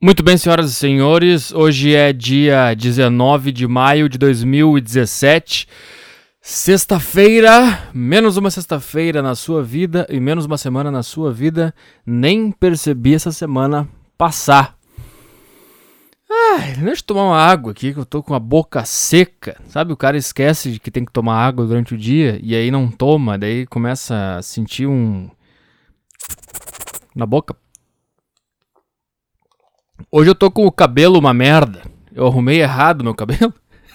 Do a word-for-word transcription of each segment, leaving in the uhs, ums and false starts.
Muito bem, senhoras e senhores, hoje é dia dezenove de maio de dois mil e dezessete, sexta-feira, menos uma sexta-feira na sua vida e menos uma semana na sua vida, nem percebi essa semana passar. Ai, deixa eu tomar uma água aqui que eu tô com a boca seca, sabe? O cara esquece de que tem que tomar água durante o dia e aí não toma, daí começa a sentir um... na boca. Hoje eu tô com o cabelo uma merda. Eu arrumei errado meu cabelo.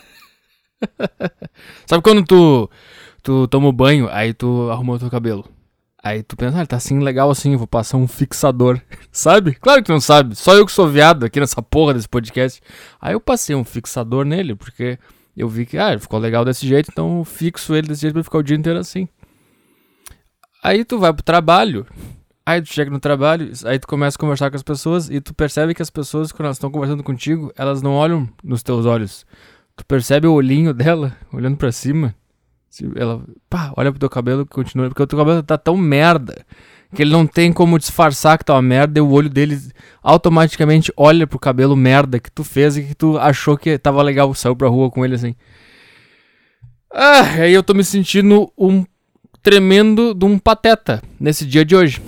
Sabe quando tu, tu toma um banho, aí tu arrumou o teu cabelo. Aí tu pensa, ah, tá assim legal assim, vou passar um fixador. Sabe? Claro que tu não sabe. Só eu que sou viado aqui nessa porra desse podcast. Aí eu passei um fixador nele, porque eu vi que, ah, ele ficou legal desse jeito, então eu fixo ele desse jeito pra ficar o dia inteiro assim. Aí tu vai pro trabalho... Aí tu chega no trabalho, aí tu começa a conversar com as pessoas e tu percebe que as pessoas, quando elas estão conversando contigo, elas não olham nos teus olhos. Tu percebe o olhinho dela, olhando pra cima. Ela, pá, olha pro teu cabelo e continua, porque o teu cabelo tá tão merda, que ele não tem como disfarçar que tá uma merda, e o olho dele automaticamente olha pro cabelo merda que tu fez e que tu achou que tava legal, saiu pra rua com ele assim. Ah, aí eu tô me sentindo um tremendo de um pateta nesse dia de hoje.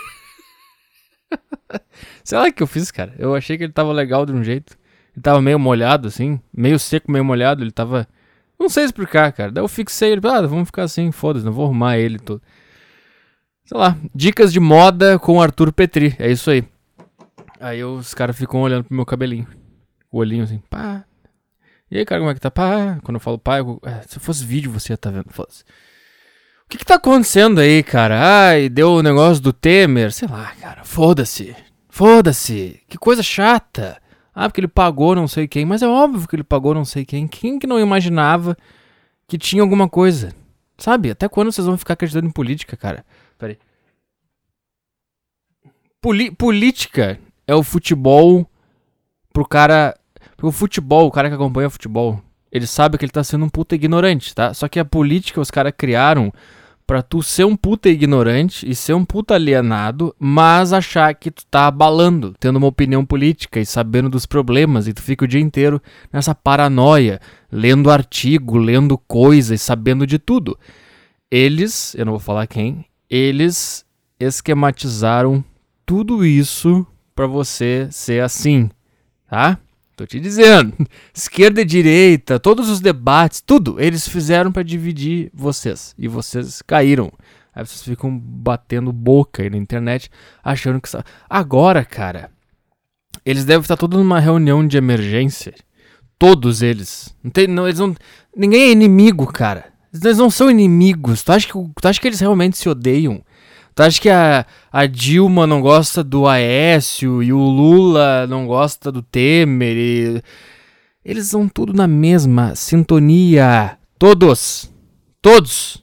Sei lá o que eu fiz, cara. Eu achei que ele tava legal de um jeito. Ele tava meio molhado, assim. Meio seco, meio molhado. Ele tava... Não sei explicar, cara. Daí eu fixei ele. Ah, vamos ficar assim, foda-se. Não vou arrumar ele todo. Sei lá. Dicas de moda com Arthur Petri. É isso aí. Aí os caras ficam olhando pro meu cabelinho. O olhinho assim. Pá. E aí, cara, como é que tá? Pá. Quando eu falo pá, eu... se fosse vídeo você ia tá vendo. Foda-se. O que que tá acontecendo aí, cara? Ai, deu o negócio do Temer. Sei lá, cara. Foda-se. Foda-se. Que coisa chata. Ah, porque ele pagou não sei quem. Mas é óbvio que ele pagou não sei quem. Quem que não imaginava que tinha alguma coisa? Sabe? Até quando vocês vão ficar acreditando em política, cara? Pera aí. Poli- política é o futebol pro cara... Porque o futebol, o cara que acompanha futebol, ele sabe que ele tá sendo um puta ignorante, tá? Só que a política os caras criaram pra tu ser um puta ignorante e ser um puta alienado, mas achar que tu tá abalando, tendo uma opinião política e sabendo dos problemas, e tu fica o dia inteiro nessa paranoia, lendo artigo, lendo coisas, sabendo de tudo. Eles, eu não vou falar quem, eles esquematizaram tudo isso pra você ser assim, tá? Tô te dizendo, esquerda e direita, todos os debates, tudo, eles fizeram pra dividir vocês, e vocês caíram. Aí vocês ficam batendo boca aí na internet, achando que... Agora, cara, eles devem estar todos numa reunião de emergência, todos eles. Não tem, não, eles não, ninguém é inimigo, cara. Eles não são inimigos, tu acha que, tu acha que eles realmente se odeiam? Tu acha que a, a Dilma não gosta do Aécio e o Lula não gosta do Temer? E... Eles são tudo na mesma sintonia. Todos. Todos.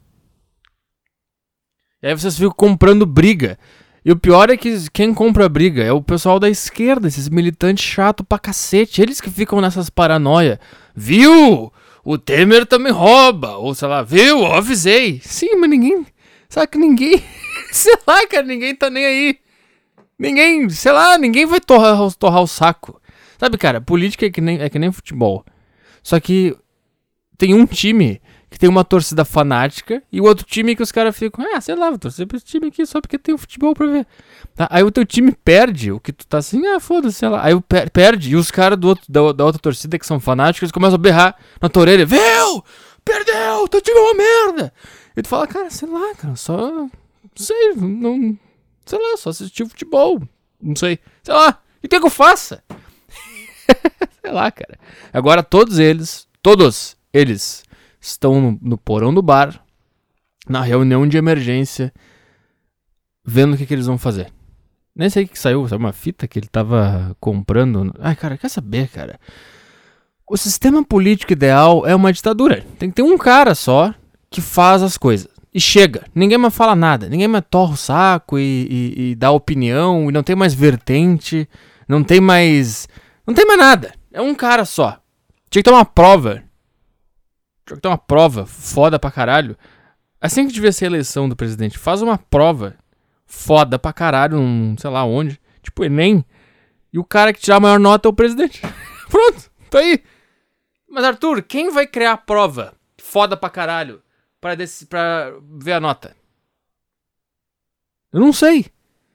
E aí vocês ficam comprando briga. E o pior é que quem compra briga é o pessoal da esquerda, esses militantes chatos pra cacete. Eles que ficam nessas paranoia. Viu? O Temer também rouba. Ou sei lá, viu? Eu avisei. Sim, mas ninguém... Sabe que ninguém... Sei lá, cara, ninguém tá nem aí. Ninguém, sei lá, ninguém vai torrar, torrar o saco. Sabe, cara, política é que, nem, é que nem futebol. Só que tem um time que tem uma torcida fanática e o outro time que os caras ficam, ah, sei lá, vou torcer pra esse time aqui só porque tem o futebol pra ver. Tá? Aí o teu time perde, o que tu tá assim, ah, foda-se, sei lá. Aí per- perde e os caras do outro, da, da outra torcida que são fanáticos, eles começam a berrar na tua orelha, viu? Perdeu, teu time é uma merda. E tu fala, cara, sei lá, cara, só... Não sei, não... Sei lá, só assistir futebol. Não sei. Sei lá, e tem que eu faça? Sei lá, cara. Agora todos eles, todos eles estão no, no porão do bar, na reunião de emergência, vendo o que, que eles vão fazer. Nem sei o que saiu, sabe, uma fita que ele tava comprando. Ai, cara, quer saber, cara? O sistema político ideal é uma ditadura. Tem que ter um cara só que faz as coisas. E chega, ninguém mais fala nada, ninguém mais torra o saco e, e, e dá opinião, e não tem mais vertente, não tem mais... Não tem mais nada, é um cara só. Tinha que ter uma prova, tinha que ter uma prova foda pra caralho. Assim que devia ser a eleição do presidente, faz uma prova foda pra caralho, um, sei lá onde, tipo Enem, E o cara que tirar a maior nota é o presidente. Pronto, tá aí. Mas, Arthur, quem vai criar a prova foda pra caralho pra, desse, pra ver a nota? Eu não sei.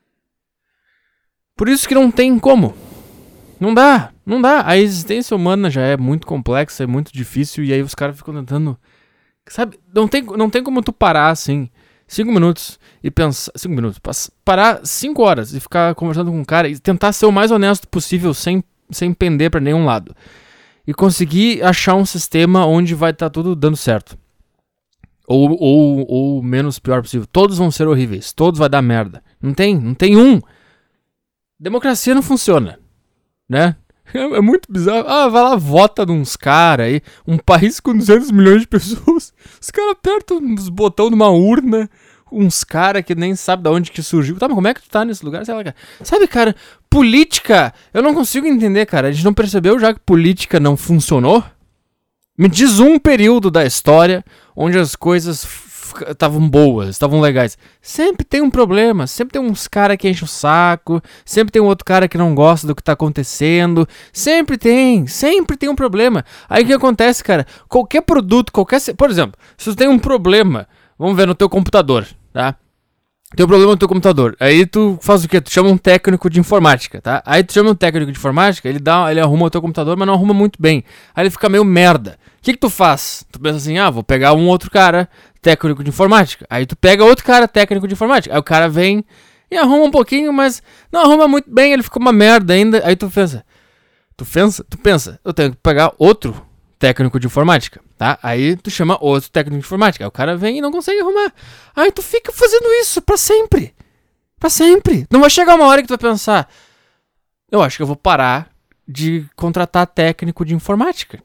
Por isso que não tem como. Não dá, não dá. A existência humana já é muito complexa, é muito difícil, e aí os caras ficam tentando... Sabe, não tem, não tem como tu parar assim, cinco minutos e pensar... Cinco minutos, parar cinco horas e ficar conversando com um cara e tentar ser o mais honesto possível sem, sem pender pra nenhum lado. E conseguir achar um sistema onde vai estar tá tudo dando certo. Ou, ou, ou menos pior possível. Todos vão ser horríveis, todos vai dar merda. Não tem, não tem um. Democracia não funciona, né? É, é muito bizarro. Ah, vai lá, vota nos caras aí. Um país com duzentos milhões de pessoas. Os caras apertam os botões numa urna. Uns caras que nem sabe de onde que surgiu. Tá, mas como é que tu tá nesse lugar? Sei lá, cara. Sabe, cara, política, eu não consigo entender, cara. A gente não percebeu já que política não funcionou? Me diz um período da história onde as coisas estavam boas, estavam legais. Sempre tem um problema, sempre tem uns caras que enchem o saco, sempre tem um outro cara que não gosta do que tá acontecendo, sempre tem, sempre tem um problema. Aí o que acontece, cara? Qualquer produto, qualquer... Por exemplo, se tu tem um problema, vamos ver no teu computador, tá? Tem um problema no teu computador, aí tu faz o quê? Tu chama um técnico de informática, tá? Aí tu chama um técnico de informática, ele dá, ele arruma o teu computador, mas não arruma muito bem. Aí ele fica meio merda. O que que tu faz? Tu pensa assim, ah, vou pegar um outro cara técnico de informática. Aí tu pega outro cara técnico de informática. Aí o cara vem e arruma um pouquinho, mas não arruma muito bem, ele fica uma merda ainda. Aí tu pensa, tu pensa, tu pensa, eu tenho que pegar outro técnico de informática, tá? Aí tu chama outro técnico de informática. Aí o cara vem e não consegue arrumar. Aí tu fica fazendo isso pra sempre. Pra sempre. Não vai chegar uma hora que tu vai pensar, eu acho que eu vou parar de contratar técnico de informática.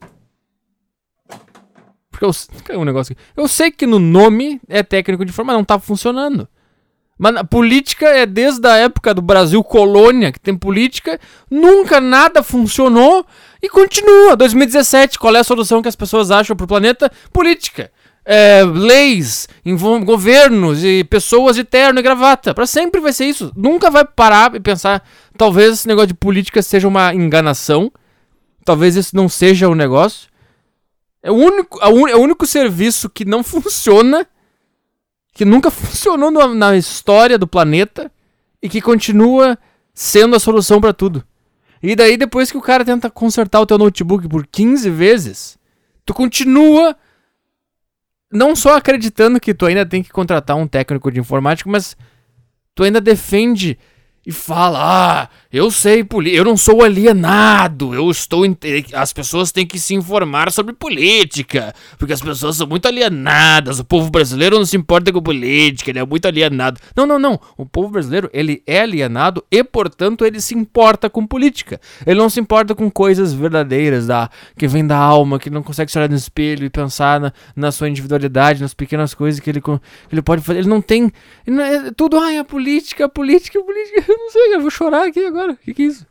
Porque eu, caiu um negócio aqui. Eu sei que no nome é técnico de informática, não tá funcionando. Mas a política é desde a época do Brasil colônia, que tem política, nunca nada funcionou e continua. dois mil e dezessete, qual é a solução que as pessoas acham pro planeta? Política. É, leis, governos e pessoas de terno e gravata. Pra sempre vai ser isso. Nunca vai parar e pensar, talvez esse negócio de política seja uma enganação. Talvez isso não seja o negócio. É o único, é o único serviço que não funciona, que nunca funcionou no, na história do planeta e que continua sendo a solução pra tudo. E daí depois que o cara tenta consertar o teu notebook por quinze vezes, tu continua não só acreditando que tu ainda tem que contratar um técnico de informática, mas tu ainda defende e fala, ah, eu sei, eu não sou alienado, eu estou... As pessoas têm que se informar sobre política, porque as pessoas são muito alienadas, o povo brasileiro não se importa com política, ele é muito alienado. Não, não, não, o povo brasileiro, ele é alienado e, portanto, ele se importa com política. Ele não se importa com coisas verdadeiras, da, que vem da alma, que não consegue se olhar no espelho e pensar na, na sua individualidade, nas pequenas coisas que ele, que ele pode fazer. Ele não tem... Ele não é, tudo, ai, a política, a política, a política... Não sei, eu vou chorar aqui agora. O que, que é isso?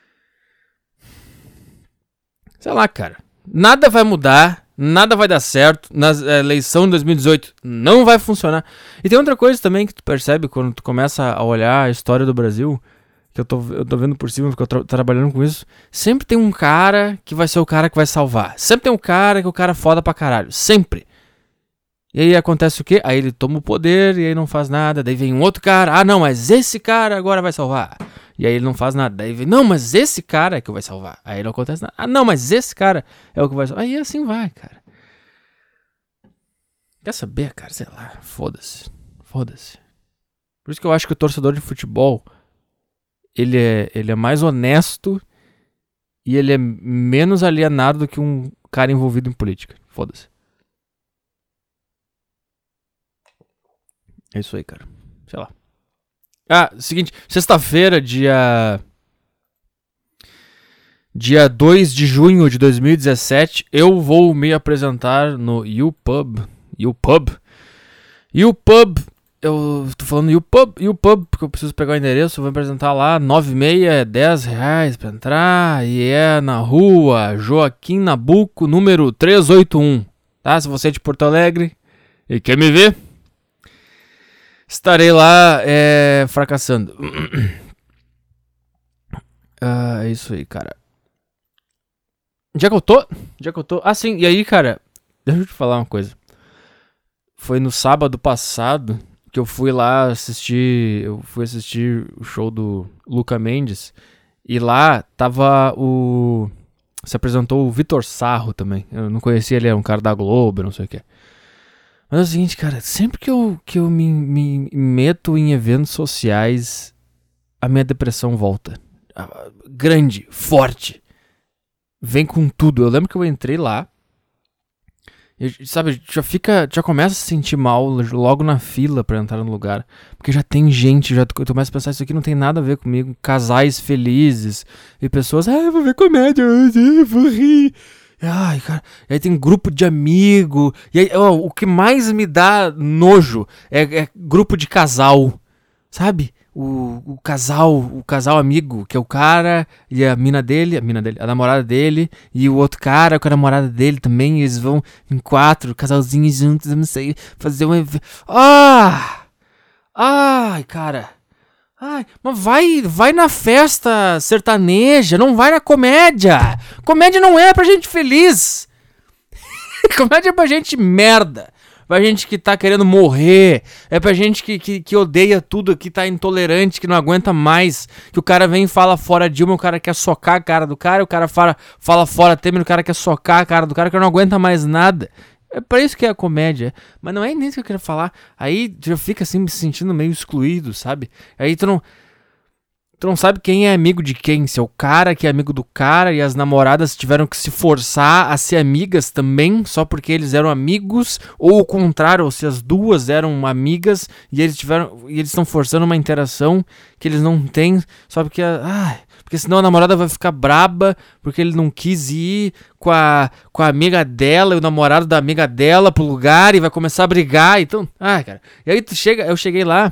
Sei lá, cara. Nada vai mudar. Nada vai dar certo. Na eleição de dois mil e dezoito não vai funcionar. E tem outra coisa também que tu percebe quando tu começa a olhar a história do Brasil. Que eu tô, eu tô vendo por cima, porque eu tô trabalhando com isso. Sempre tem um cara que vai ser o cara que vai salvar. Sempre tem um cara que é o cara foda pra caralho. Sempre. E aí acontece o quê? Aí ele toma o poder e aí não faz nada. Daí vem um outro cara. Ah, não, mas esse cara agora vai salvar. E aí ele não faz nada. Daí vem, não, mas esse cara é que vai salvar. Aí não acontece nada. Ah, não, mas esse cara é o que vai salvar. Aí assim vai, cara. Quer saber, cara? Sei lá. Foda-se. Foda-se. Por isso que eu acho que o torcedor de futebol, ele é, ele é mais honesto e ele é menos alienado do que um cara envolvido em política. Foda-se. É isso aí, cara. Sei lá. Ah, seguinte. Sexta-feira, dia... Dia dois de junho de dois mil e dezessete, eu vou me apresentar no YouPub. YouPub. YouPub. Eu tô falando YouPub. YouPub, porque eu preciso pegar o endereço. Eu vou me apresentar lá. nove e meia é dez reais pra entrar. E é na rua Joaquim Nabuco, número trezentos e oitenta e um. Tá? Se você é de Porto Alegre e quer me ver, estarei lá é, fracassando. Ah, é isso aí, cara. Já que eu tô? Já que eu tô? Ah, sim. E aí, cara, deixa eu te falar uma coisa. Foi no sábado passado que eu fui lá assistir. Eu fui assistir o show do Luca Mendes. E lá tava o. Se apresentou o Vitor Sarro também. Eu não conhecia ele, era um cara da Globo, não sei o que. Mas é o seguinte, cara, sempre que eu, que eu me, me meto em eventos sociais, a minha depressão volta. Grande, forte. Vem com tudo. Eu lembro que eu entrei lá. E, sabe, já fica. Já começa a se sentir mal logo na fila pra entrar no lugar. Porque já tem gente, já tu começa a pensar, isso aqui não tem nada a ver comigo. Casais felizes. E pessoas, ah, eu vou ver comédia hoje, eu vou rir. Ai, cara. E aí tem grupo de amigo. E aí, ó, o que mais me dá nojo é, é grupo de casal. Sabe? O, o casal, o casal amigo, que é o cara e a mina dele, a mina dele, a namorada dele, e o outro cara com a namorada dele também, e eles vão em quatro, casalzinhos juntos, eu não sei, fazer um evento. Ah! Ai, cara. Ai, mas vai, vai na festa sertaneja, não vai na comédia. Comédia não é pra gente feliz. Comédia é pra gente merda. Pra gente que tá querendo morrer. É pra gente que, que, que odeia tudo, que tá intolerante, que não aguenta mais. Que o cara vem e fala fora Dilma, o cara quer socar a cara do cara. O cara fala, fala fora Temer, o cara quer socar a cara do cara, que não aguenta mais nada. É pra isso que é a comédia. Mas não é nisso que eu queria falar. Aí tu já fica assim, me sentindo meio excluído, sabe? Aí tu não... Tu não sabe quem é amigo de quem, se é o cara que é amigo do cara e as namoradas tiveram que se forçar a ser amigas também, só porque eles eram amigos, ou o contrário, ou se as duas eram amigas e eles tiveram e eles estão forçando uma interação que eles não têm, só porque, ah, porque senão a namorada vai ficar braba porque ele não quis ir com a, com a amiga dela e o namorado da amiga dela pro lugar e vai começar a brigar, então, ah, cara. E aí tu chega, eu cheguei lá.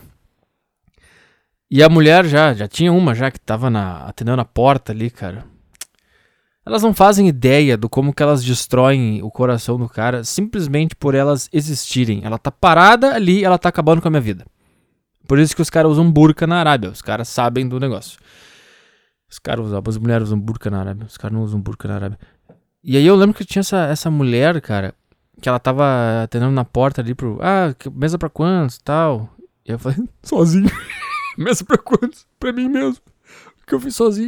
E a mulher já, já tinha uma já que tava na, atendendo a porta ali, cara. Elas não fazem ideia do como que elas destroem o coração do cara simplesmente por elas existirem. Ela tá parada ali, ela tá acabando com a minha vida. Por isso que os caras usam burca na Arábia. Os caras sabem do negócio. Os caras usam, as mulheres usam burca na Arábia. Os caras não usam burca na Arábia. E aí eu lembro que tinha essa, essa mulher, cara, que ela tava atendendo na porta ali pro... Ah, mesa pra quantos e tal. E eu falei, sozinho. Mesa pra quantos? Pra mim mesmo. Porque eu fiz sozinho.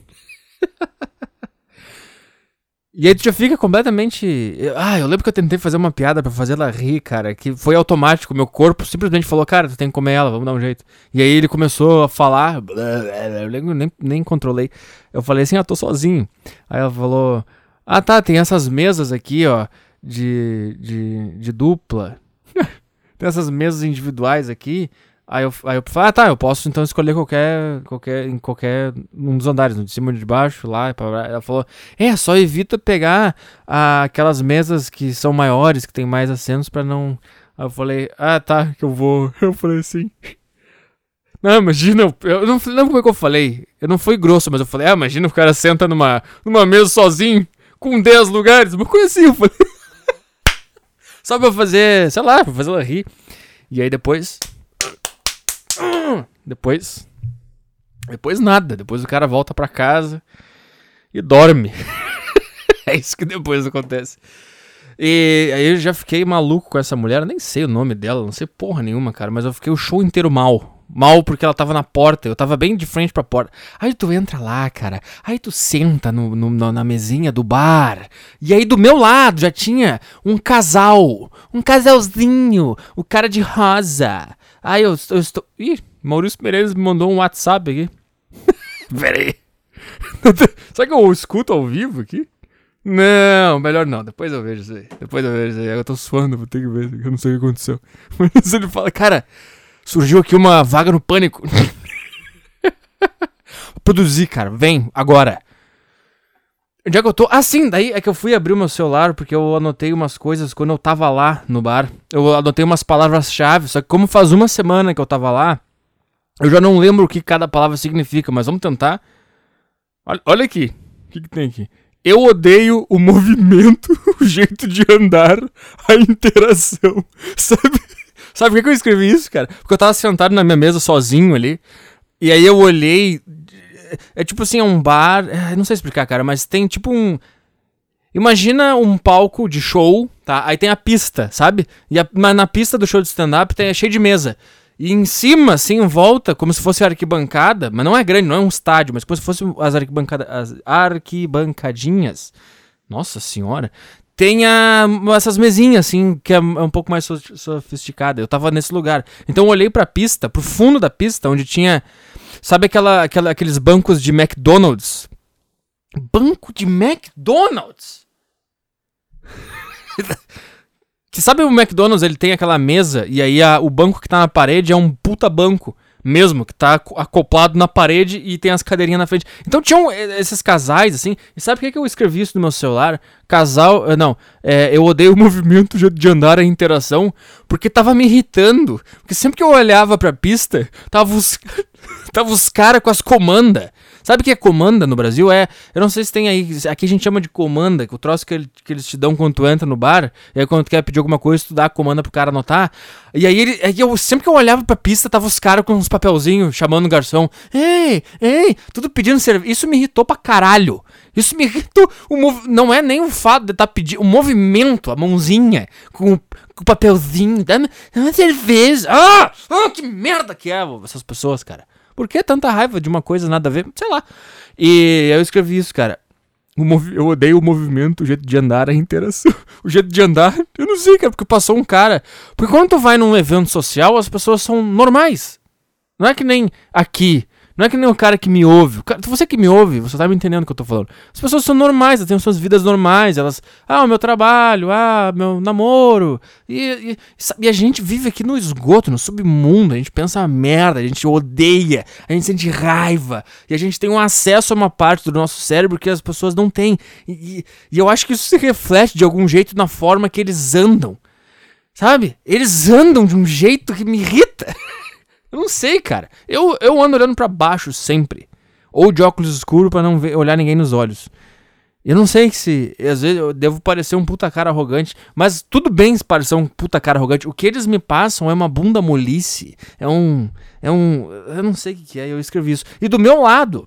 E aí tu já fica completamente... Ah, eu lembro que eu tentei fazer uma piada pra fazer ela rir, cara. Que foi automático. Meu corpo simplesmente falou, cara, tu tem que comer ela, vamos dar um jeito. E aí ele começou a falar. Eu nem, nem controlei. Eu falei assim, ah, tô sozinho. Aí ela falou... Ah, tá, tem essas mesas aqui, ó. De, de, de dupla. Tem essas mesas individuais aqui... Aí eu, aí eu falei, ah tá, eu posso então escolher qualquer, qualquer, em qualquer um dos andares, de cima ou de baixo, lá, pra... Ela falou, é, só evita pegar ah, aquelas mesas que são maiores, que tem mais assentos pra não... Aí eu falei, ah tá, que eu vou, eu falei assim... Não, imagina, eu não lembro como é que eu falei, eu não fui grosso, mas eu falei, ah, imagina o cara senta numa, numa mesa sozinho, com dez lugares, uma coisa assim, eu falei... Só pra fazer, sei lá, pra fazer ela rir. E aí depois... Depois Depois nada, depois o cara volta pra casa e dorme. É isso que depois acontece. E aí eu já fiquei maluco com essa mulher. Eu nem sei o nome dela, não sei porra nenhuma, cara. Mas eu fiquei o show inteiro mal. Mal porque ela tava na porta, eu tava bem de frente pra porta. Aí tu entra lá, cara. Aí tu senta no, no, na mesinha do bar. E aí do meu lado já tinha um casal. Um casalzinho. O cara de rosa. Aí eu, eu estou... Ih, Maurício Meirelles me mandou um WhatsApp aqui. Pera aí. Será que eu escuto ao vivo aqui? Não, melhor não. Depois eu vejo isso aí. Depois eu vejo isso aí. Eu tô suando, vou ter que ver. Eu não sei o que aconteceu. Mas ele fala, cara, surgiu aqui uma vaga no Pânico. Vou produzir, cara. Vem, agora. Onde é que eu tô? Ah, sim, daí é que eu fui abrir o meu celular porque eu anotei umas coisas quando eu tava lá no bar. Eu anotei umas palavras-chave, só que como faz uma semana que eu tava lá, eu já não lembro o que cada palavra significa, mas vamos tentar. Olha, olha aqui. O que, que tem aqui? Eu odeio o movimento, o jeito de andar, a interação. Sabe? Sabe por que, que eu escrevi isso, cara? Porque eu tava sentado na minha mesa sozinho ali. E aí eu olhei É, é tipo assim, é um bar... É, não sei explicar, cara, mas tem tipo um... Imagina um palco de show, tá? Aí tem a pista, sabe? E a, mas na pista do show de stand-up tem, é cheio de mesa. E em cima, assim, em volta, como se fosse arquibancada, mas não é grande, não é um estádio, mas como se fosse as, arquibancada, as arquibancadinhas. Nossa senhora. Tem a, essas mesinhas, assim, que é um pouco mais sofisticada. Eu tava nesse lugar. Então eu olhei pra pista, pro fundo da pista, onde tinha... Sabe aquela, aquela, aqueles bancos de McDonald's? Banco de McDonald's? Que sabe o McDonald's, ele tem aquela mesa e aí a, o banco que tá na parede é um puta banco mesmo, que tá acoplado na parede e tem as cadeirinhas na frente. Então tinham esses casais, assim, e sabe por que, que eu escrevi isso no meu celular? Casal, não, é, eu odeio o movimento de andar a interação, porque tava me irritando, porque sempre que eu olhava pra pista, tava os, tava os caras com as comandas. Sabe o que é comanda no Brasil? É, eu não sei se tem aí, aqui a gente chama de comanda, que o troço que, ele, que eles te dão quando tu entra no bar, e aí quando tu quer pedir alguma coisa, tu dá a comanda pro cara anotar. E aí, ele, aí eu, sempre que eu olhava pra pista, tava os caras com uns papelzinhos, chamando o garçom. Ei, ei, tudo pedindo serviço. Isso me irritou pra caralho. Isso me irritou. O mov... Não é nem o fato de estar tá pedindo, o movimento, a mãozinha, com, com o papelzinho, dá-me uma cerveja. Ah, ah, que merda que é essas pessoas, cara. Por que tanta raiva de uma coisa nada a ver? Sei lá. E eu escrevi isso, cara. O movi- eu odeio o movimento, o jeito de andar, a interação. O jeito de andar, eu não sei, cara, porque passou um cara. Porque quando tu vai num evento social, as pessoas são normais. Não é que nem aqui. Não é que nem o cara que me ouve. O cara, você que me ouve, você tá me entendendo o que eu tô falando. As pessoas são normais, elas têm suas vidas normais. Elas, ah, o meu trabalho, ah, meu namoro. E, e, e a gente vive aqui no esgoto, no submundo. A gente pensa a merda, a gente odeia, a gente sente raiva. E a gente tem um acesso a uma parte do nosso cérebro que as pessoas não têm. E, e, e eu acho que isso se reflete de algum jeito na forma que eles andam. Sabe? Eles andam de um jeito que me irrita. Eu não sei, cara. Eu, eu ando olhando pra baixo sempre. Ou de óculos escuros pra não ver, olhar ninguém nos olhos. Eu não sei se... Às vezes eu devo parecer um puta cara arrogante. Mas tudo bem se parecer um puta cara arrogante. O que eles me passam é uma bunda molice. É um... É um... Eu não sei o que, que é. Eu escrevi isso. E do meu lado...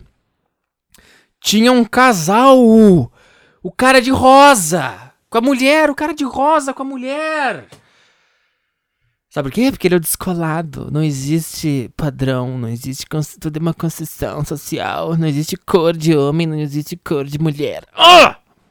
Tinha um casal. O cara de rosa. Com a mulher. O cara de rosa com a mulher. Sabe por quê? Porque ele é o descolado. Não existe padrão, não existe... Cons- tudo é uma construção social. Não existe cor de homem, não existe cor de mulher. Oh!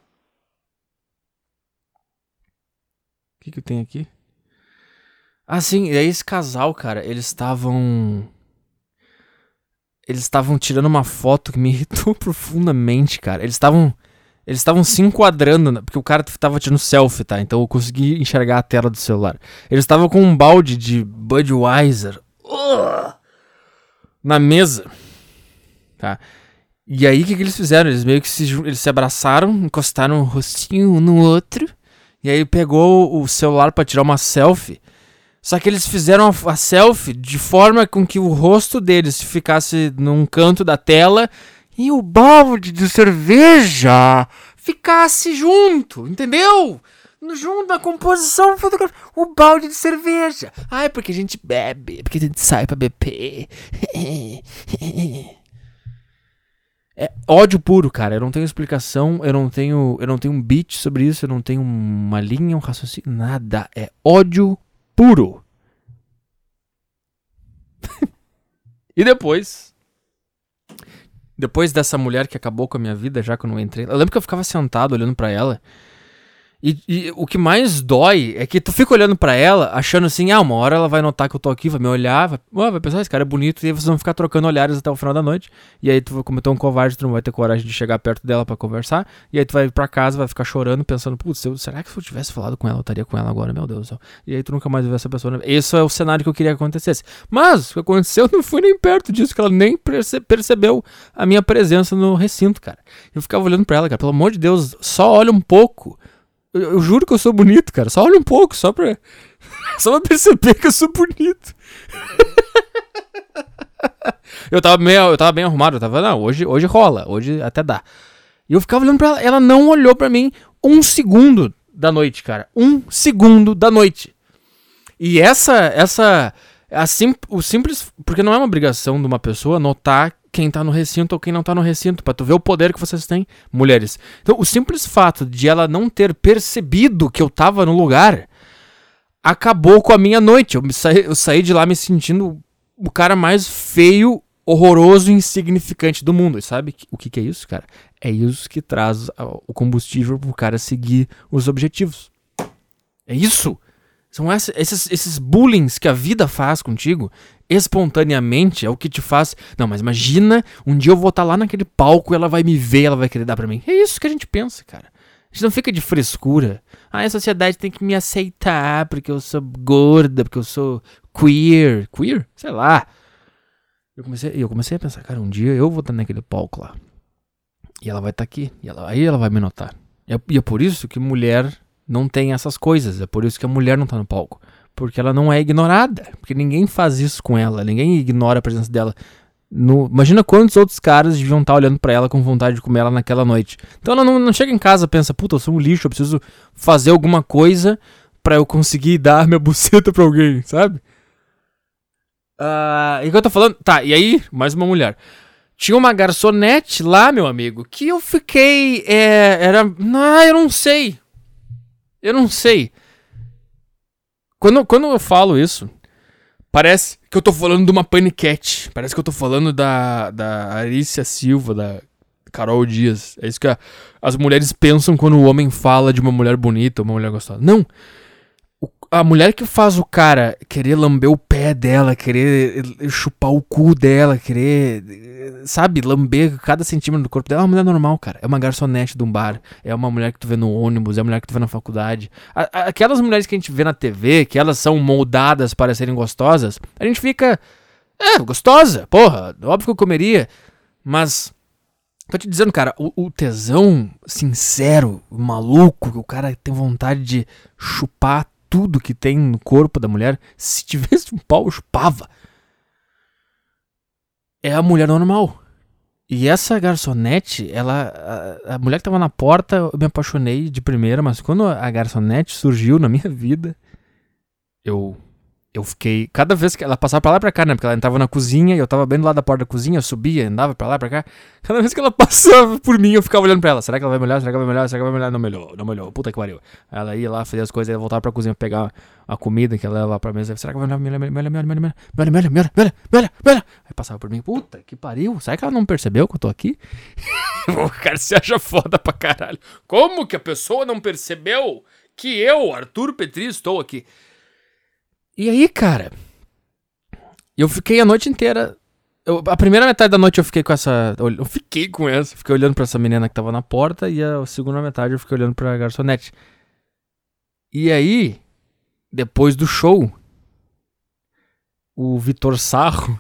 O que que eu tenho aqui? Ah, sim. E aí esse casal, cara, eles estavam... Eles estavam tirando uma foto que me irritou profundamente, cara. Eles estavam... Eles estavam se enquadrando, né? Porque o cara tava tirando selfie, tá? Então eu consegui enxergar a tela do celular. Eles estavam com um balde de Budweiser uh, na mesa, tá? E aí o que, que eles fizeram? Eles meio que se, eles se abraçaram, encostaram o rostinho um no outro. E aí pegou o celular pra tirar uma selfie. Só que eles fizeram a, a selfie de forma com que o rosto deles ficasse num canto da tela... E o balde de cerveja ficasse junto, entendeu? Junto na composição fotográfica. O balde de cerveja. Ai, porque a gente bebe, porque a gente sai pra beber. É ódio puro, cara. Eu não tenho explicação, eu não tenho, eu não tenho um beat sobre isso, eu não tenho uma linha, um raciocínio, nada. É ódio puro. E depois... Depois dessa mulher que acabou com a minha vida, já que eu não entrei... Eu lembro que eu ficava sentado olhando pra ela. E, e o que mais dói é que tu fica olhando pra ela, achando assim... Ah, uma hora ela vai notar que eu tô aqui, vai me olhar... Vai, oh, vai pensar, esse cara é bonito... E aí vocês vão ficar trocando olhares até o final da noite. E aí tu, como tu é um covarde, tu não vai ter coragem de chegar perto dela pra conversar. E aí tu vai pra casa, vai ficar chorando, pensando... Putz, eu, será que se eu tivesse falado com ela, eu estaria com ela agora? Meu Deus do céu. E aí tu nunca mais vai ver essa pessoa. Esse é o cenário que eu queria que acontecesse. Mas o que aconteceu não foi nem perto disso, que ela nem perce- percebeu a minha presença no recinto, cara. Eu ficava olhando pra ela, cara. Pelo amor de Deus, só olha um pouco. Eu, eu juro que eu sou bonito, cara. Só olha um pouco, só pra... Só pra perceber que eu sou bonito. eu, tava meio, eu tava bem arrumado. Eu tava, não, hoje, hoje rola. Hoje até dá. E eu ficava olhando pra ela. Ela não olhou pra mim um segundo da noite, cara. Um segundo da noite. E essa... essa a sim, o simples... Porque não é uma obrigação de uma pessoa notar quem tá no recinto ou quem não tá no recinto, pra tu ver o poder que vocês têm, mulheres. Então, o simples fato de ela não ter percebido que eu tava no lugar acabou com a minha noite. Eu, me saí, eu saí de lá me sentindo o cara mais feio, horroroso e insignificante do mundo. E sabe o que, que é isso, cara? É isso que traz o combustível pro cara seguir os objetivos. É isso. São essa, esses, esses bullings que a vida faz contigo, espontaneamente, é o que te faz... Não, mas imagina, um dia eu vou estar lá naquele palco e ela vai me ver, ela vai querer dar pra mim. É isso que a gente pensa, cara. A gente não fica de frescura. Ah, a sociedade tem que me aceitar porque eu sou gorda, porque eu sou queer. Queer? Sei lá. Eu comecei, eu comecei a pensar, cara, um dia eu vou estar naquele palco lá. E ela vai estar aqui. E ela, aí ela vai me notar. E é, e é por isso que mulher não tem essas coisas. É por isso que a mulher não tá no palco. Porque ela não é ignorada. Porque ninguém faz isso com ela. Ninguém ignora a presença dela. No, imagina quantos outros caras deviam estar olhando pra ela com vontade de comer ela naquela noite. Então ela não, não chega em casa e pensa, puta, eu sou um lixo, eu preciso fazer alguma coisa pra eu conseguir dar minha buceta pra alguém, sabe? Uh, e o que eu tô falando? Tá, e aí, mais uma mulher. Tinha uma garçonete lá, meu amigo, que eu fiquei... É, era... Não, eu não sei. Eu não sei. Quando, quando eu falo isso... Parece que eu tô falando de uma paniquete. Parece que eu tô falando da, da Arícia Silva, da Carol Dias. É isso que a, as mulheres pensam quando o homem fala de uma mulher bonita, uma mulher gostosa. Não. O, a mulher que faz o cara querer lamber o pé dela, querer chupar o cu dela, querer, sabe, lamber cada centímetro do corpo dela, é uma mulher normal, cara. É uma garçonete de um bar, é uma mulher que tu vê no ônibus, é uma mulher que tu vê na faculdade. A, a, aquelas mulheres que a gente vê na T V, que elas são moldadas para serem gostosas, a gente fica, é, gostosa, porra, óbvio que eu comeria, mas... Tô te dizendo, cara, o, o tesão sincero, maluco, que o cara tem vontade de chupar tudo que tem no corpo da mulher, se tivesse um pau, eu chupava. É a mulher normal. E essa garçonete, ela... A, a mulher que tava na porta, eu me apaixonei de primeira, mas quando a garçonete surgiu na minha vida, eu... Eu fiquei... Cada vez que ela passava pra lá e pra cá, né? Porque ela entrava na cozinha e eu tava bem do lado da porta da cozinha, eu subia, andava pra lá e pra cá. Cada vez que ela passava por mim, eu ficava olhando pra ela. Será que ela vai me olhar? Será que ela vai me olhar? Será que ela vai me olhar? Não me olhou, não me olhou. Puta que pariu. Ela ia lá, fazia as coisas, ia voltar pra cozinha, pegar a comida que ela levava pra mesa. Será que ela vai me olhar? Me olha, me olha, me olha, me olha, me olha, me olha, me olha, me olha, me olha. Aí passava por mim. Puta que pariu. Será que ela não percebeu que eu tô aqui? O cara se acha foda pra caralho. Como que a pessoa não percebeu que eu, Arthur Petri, estou aqui? E aí, cara... Eu fiquei a noite inteira... Eu, a primeira metade da noite eu fiquei com essa... Eu fiquei com essa. Fiquei olhando pra essa menina que tava na porta. E a segunda metade eu fiquei olhando pra garçonete. E aí... Depois do show... O Vitor Sarro...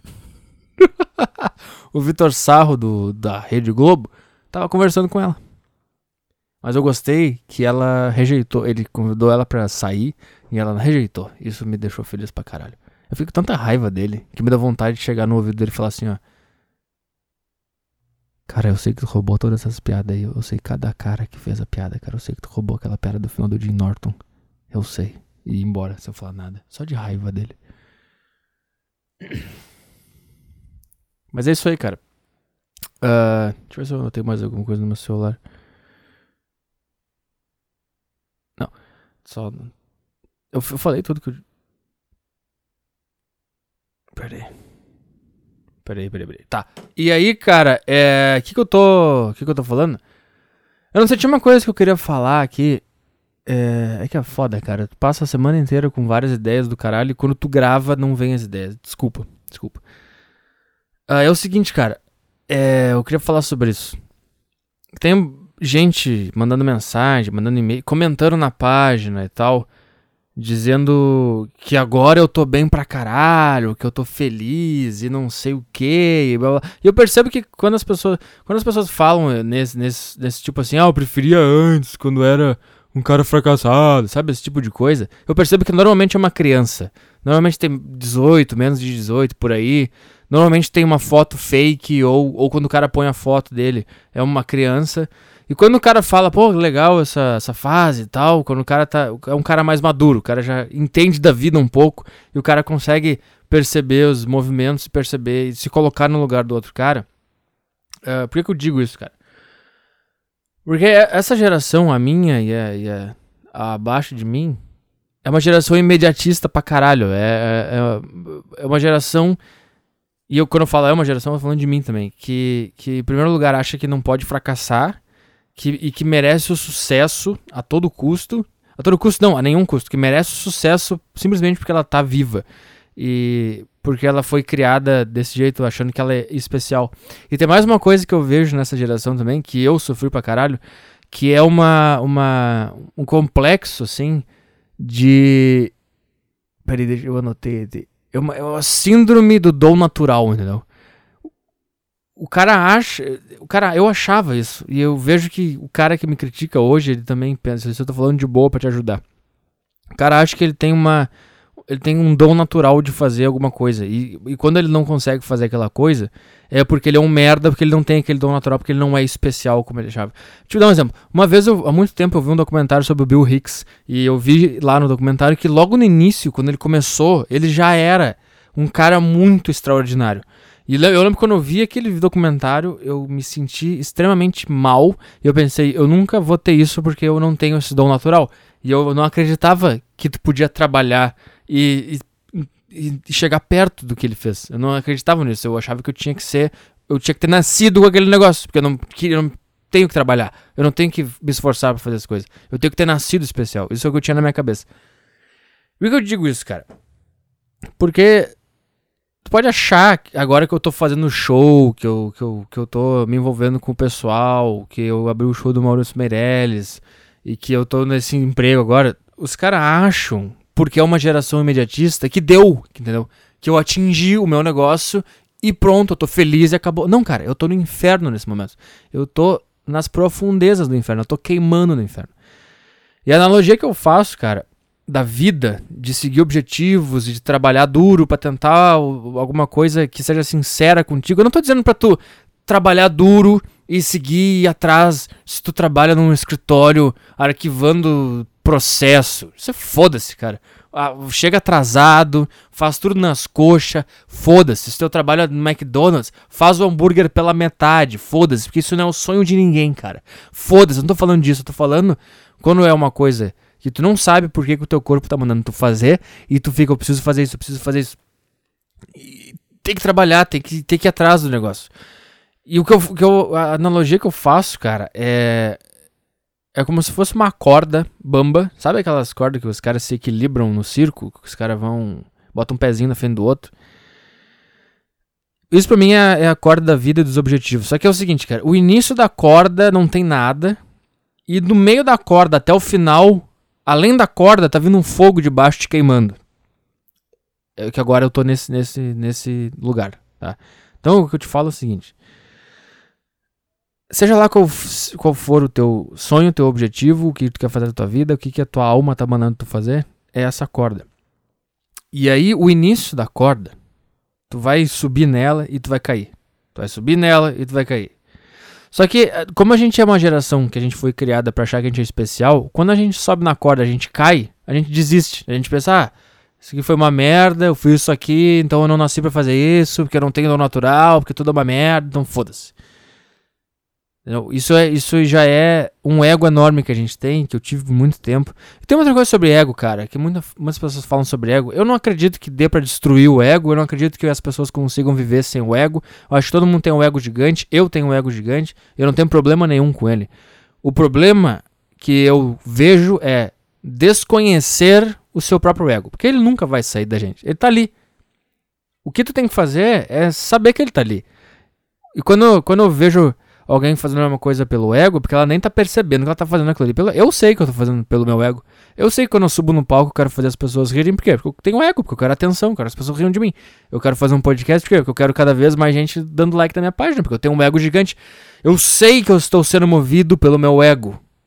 o Vitor Sarro do, da Rede Globo... Tava conversando com ela. Mas eu gostei que ela rejeitou. Ele convidou ela pra sair. E ela rejeitou. Isso me deixou feliz pra caralho. Eu fico com tanta raiva dele, que me dá vontade de chegar no ouvido dele e falar assim, ó. Cara, eu sei que tu roubou todas essas piadas aí. Eu sei cada cara que fez a piada, cara. Eu sei que tu roubou aquela piada do final do Jim Norton. Eu sei. E ir embora sem eu falar nada. Só de raiva dele. Mas é isso aí, cara. Uh, deixa eu ver se eu tenho mais alguma coisa no meu celular. Não. Só... Eu, eu falei tudo que eu... Peraí. Peraí, peraí, peraí. Tá. E aí, cara, é... O que que eu tô... O que que eu tô falando? Eu não sei, tinha uma coisa que eu queria falar aqui. É... É que é foda, cara. Tu passa a semana inteira com várias ideias do caralho e quando tu grava não vem as ideias. Desculpa, desculpa. Ah, é o seguinte, cara. É... Eu queria falar sobre isso. Tem gente mandando mensagem, mandando e-mail, comentando na página e tal... Dizendo que agora eu tô bem pra caralho, que eu tô feliz e não sei o que. E eu percebo que quando as pessoas, quando as pessoas falam nesse, nesse, nesse tipo assim, ah, eu preferia antes, quando era um cara fracassado, sabe? Esse tipo de coisa. Eu percebo que normalmente é uma criança. Normalmente tem dezoito, menos de dezoito por aí. Normalmente tem uma foto fake ou, ou quando o cara põe a foto dele, é uma criança. E quando o cara fala, pô, legal essa, essa fase e tal, quando o cara tá, é um cara mais maduro, o cara já entende da vida um pouco, e o cara consegue perceber os movimentos, perceber e se colocar no lugar do outro cara. Uh, por que, que eu digo isso, cara? Porque essa geração, a minha e a, e a, a abaixo de mim, é uma geração imediatista pra caralho. É, é, é uma geração... E eu, quando eu falo é uma geração, eu tô falando de mim também. Que, que em primeiro lugar, acha que não pode fracassar que, e que merece o sucesso a todo custo. A todo custo não, a nenhum custo. Que merece o sucesso simplesmente porque ela tá viva. E porque ela foi criada desse jeito, achando que ela é especial. E tem mais uma coisa que eu vejo nessa geração também, que eu sofri pra caralho, que é uma, uma, um complexo, assim, de... Peraí, deixa eu anotei. É uma, é uma síndrome do dom natural, entendeu? O cara acha... O cara, eu achava isso. E eu vejo que o cara que me critica hoje, ele também pensa, isso eu tô falando de boa pra te ajudar. O cara acha que ele tem uma... Ele tem um dom natural de fazer alguma coisa. E, e quando ele não consegue fazer aquela coisa, é porque ele é um merda, porque ele não tem aquele dom natural, porque ele não é especial como ele achava. Deixa eu dar um exemplo. Uma vez, eu, há muito tempo, eu vi um documentário sobre o Bill Hicks. E eu vi lá no documentário que logo no início, quando ele começou, ele já era um cara muito extraordinário. E eu lembro quando eu vi aquele documentário, eu me senti extremamente mal. E eu pensei, eu nunca vou ter isso porque eu não tenho esse dom natural. E eu não acreditava que tu podia trabalhar e, e, e chegar perto do que ele fez. Eu não acreditava nisso. Eu achava que eu tinha que ser... Eu tinha que ter nascido com aquele negócio. Porque eu não, eu não tenho que trabalhar. Eu não tenho que me esforçar pra fazer as coisas. Eu tenho que ter nascido especial. Isso é o que eu tinha na minha cabeça. Por que eu digo isso, cara? Porque... Tu pode achar, que agora que eu tô fazendo show, que eu, que, eu, que eu tô me envolvendo com o pessoal, que eu abri o show do Maurício Meirelles, e que eu tô nesse emprego agora, os caras acham, porque é uma geração imediatista, que deu, entendeu? Que eu atingi o meu negócio e pronto, eu tô feliz e acabou. Não, cara, eu tô no inferno nesse momento. Eu tô nas profundezas do inferno, eu tô queimando no inferno. E a analogia que eu faço, cara, da vida, de seguir objetivos e de trabalhar duro pra tentar alguma coisa que seja sincera contigo. Eu não tô dizendo pra tu trabalhar duro e seguir atrás se tu trabalha num escritório arquivando processo. Isso é foda-se, cara. Ah, chega atrasado, faz tudo nas coxas, foda-se. Se teu trabalho é no McDonald's, faz o hambúrguer pela metade, foda-se, porque isso não é o sonho de ninguém, cara. Foda-se, eu não tô falando disso, eu tô falando quando é uma coisa que tu não sabe por que, que o teu corpo tá mandando tu fazer, e tu fica, eu preciso fazer isso, eu preciso fazer isso. E tem que trabalhar, tem que, tem que ir atrás do negócio. E o que eu, que eu, a analogia que eu faço, cara, é... É como se fosse uma corda bamba. Sabe aquelas cordas que os caras se equilibram no circo? Que os caras vão... botam um pezinho na frente do outro. Isso pra mim é, é a corda da vida e dos objetivos. Só que é o seguinte, cara. O início da corda não tem nada. E do meio da corda até o final... Além da corda, tá vindo um fogo de baixo te queimando. É que agora eu tô nesse, nesse, nesse lugar, tá? Então o que eu te falo é o seguinte. Seja lá qual, qual for o teu sonho, o teu objetivo, o que tu quer fazer da tua vida, o que, que a tua alma tá mandando tu fazer, é essa corda. E aí o início da corda, tu vai subir nela e tu vai cair. Tu vai subir nela e tu vai cair. Só que, como a gente é uma geração que a gente foi criada pra achar que a gente é especial, quando a gente sobe na corda, a gente cai, a gente desiste. A gente pensa, ah, isso aqui foi uma merda, eu fiz isso aqui, então eu não nasci pra fazer isso, porque eu não tenho dom natural, porque tudo é uma merda, então foda-se. Isso, é, isso já é um ego enorme que a gente tem, que eu tive por muito tempo. E tem outra coisa sobre ego, cara, que muita, muitas pessoas falam sobre ego. Eu não acredito que dê pra destruir o ego, eu não acredito que as pessoas consigam viver sem o ego. Eu acho que todo mundo tem um ego gigante, eu tenho um ego gigante, eu não tenho problema nenhum com ele. O problema que eu vejo é desconhecer o seu próprio ego, porque ele nunca vai sair da gente, ele tá ali. O que tu tem que fazer é saber que ele tá ali. E quando, quando eu vejo alguém fazendo a mesma coisa pelo ego, porque ela nem tá percebendo que ela tá fazendo aquilo ali. Pelo... Eu sei que eu tô fazendo pelo meu ego. Eu sei que quando eu subo no palco eu quero fazer as pessoas rirem. Por quê? Porque eu tenho ego, porque eu quero atenção, eu quero as pessoas riam de mim. Eu quero fazer um podcast, por quê? Porque eu quero cada vez mais gente dando like na minha página, porque eu tenho um ego gigante. Eu sei que eu estou sendo movido pelo meu ego.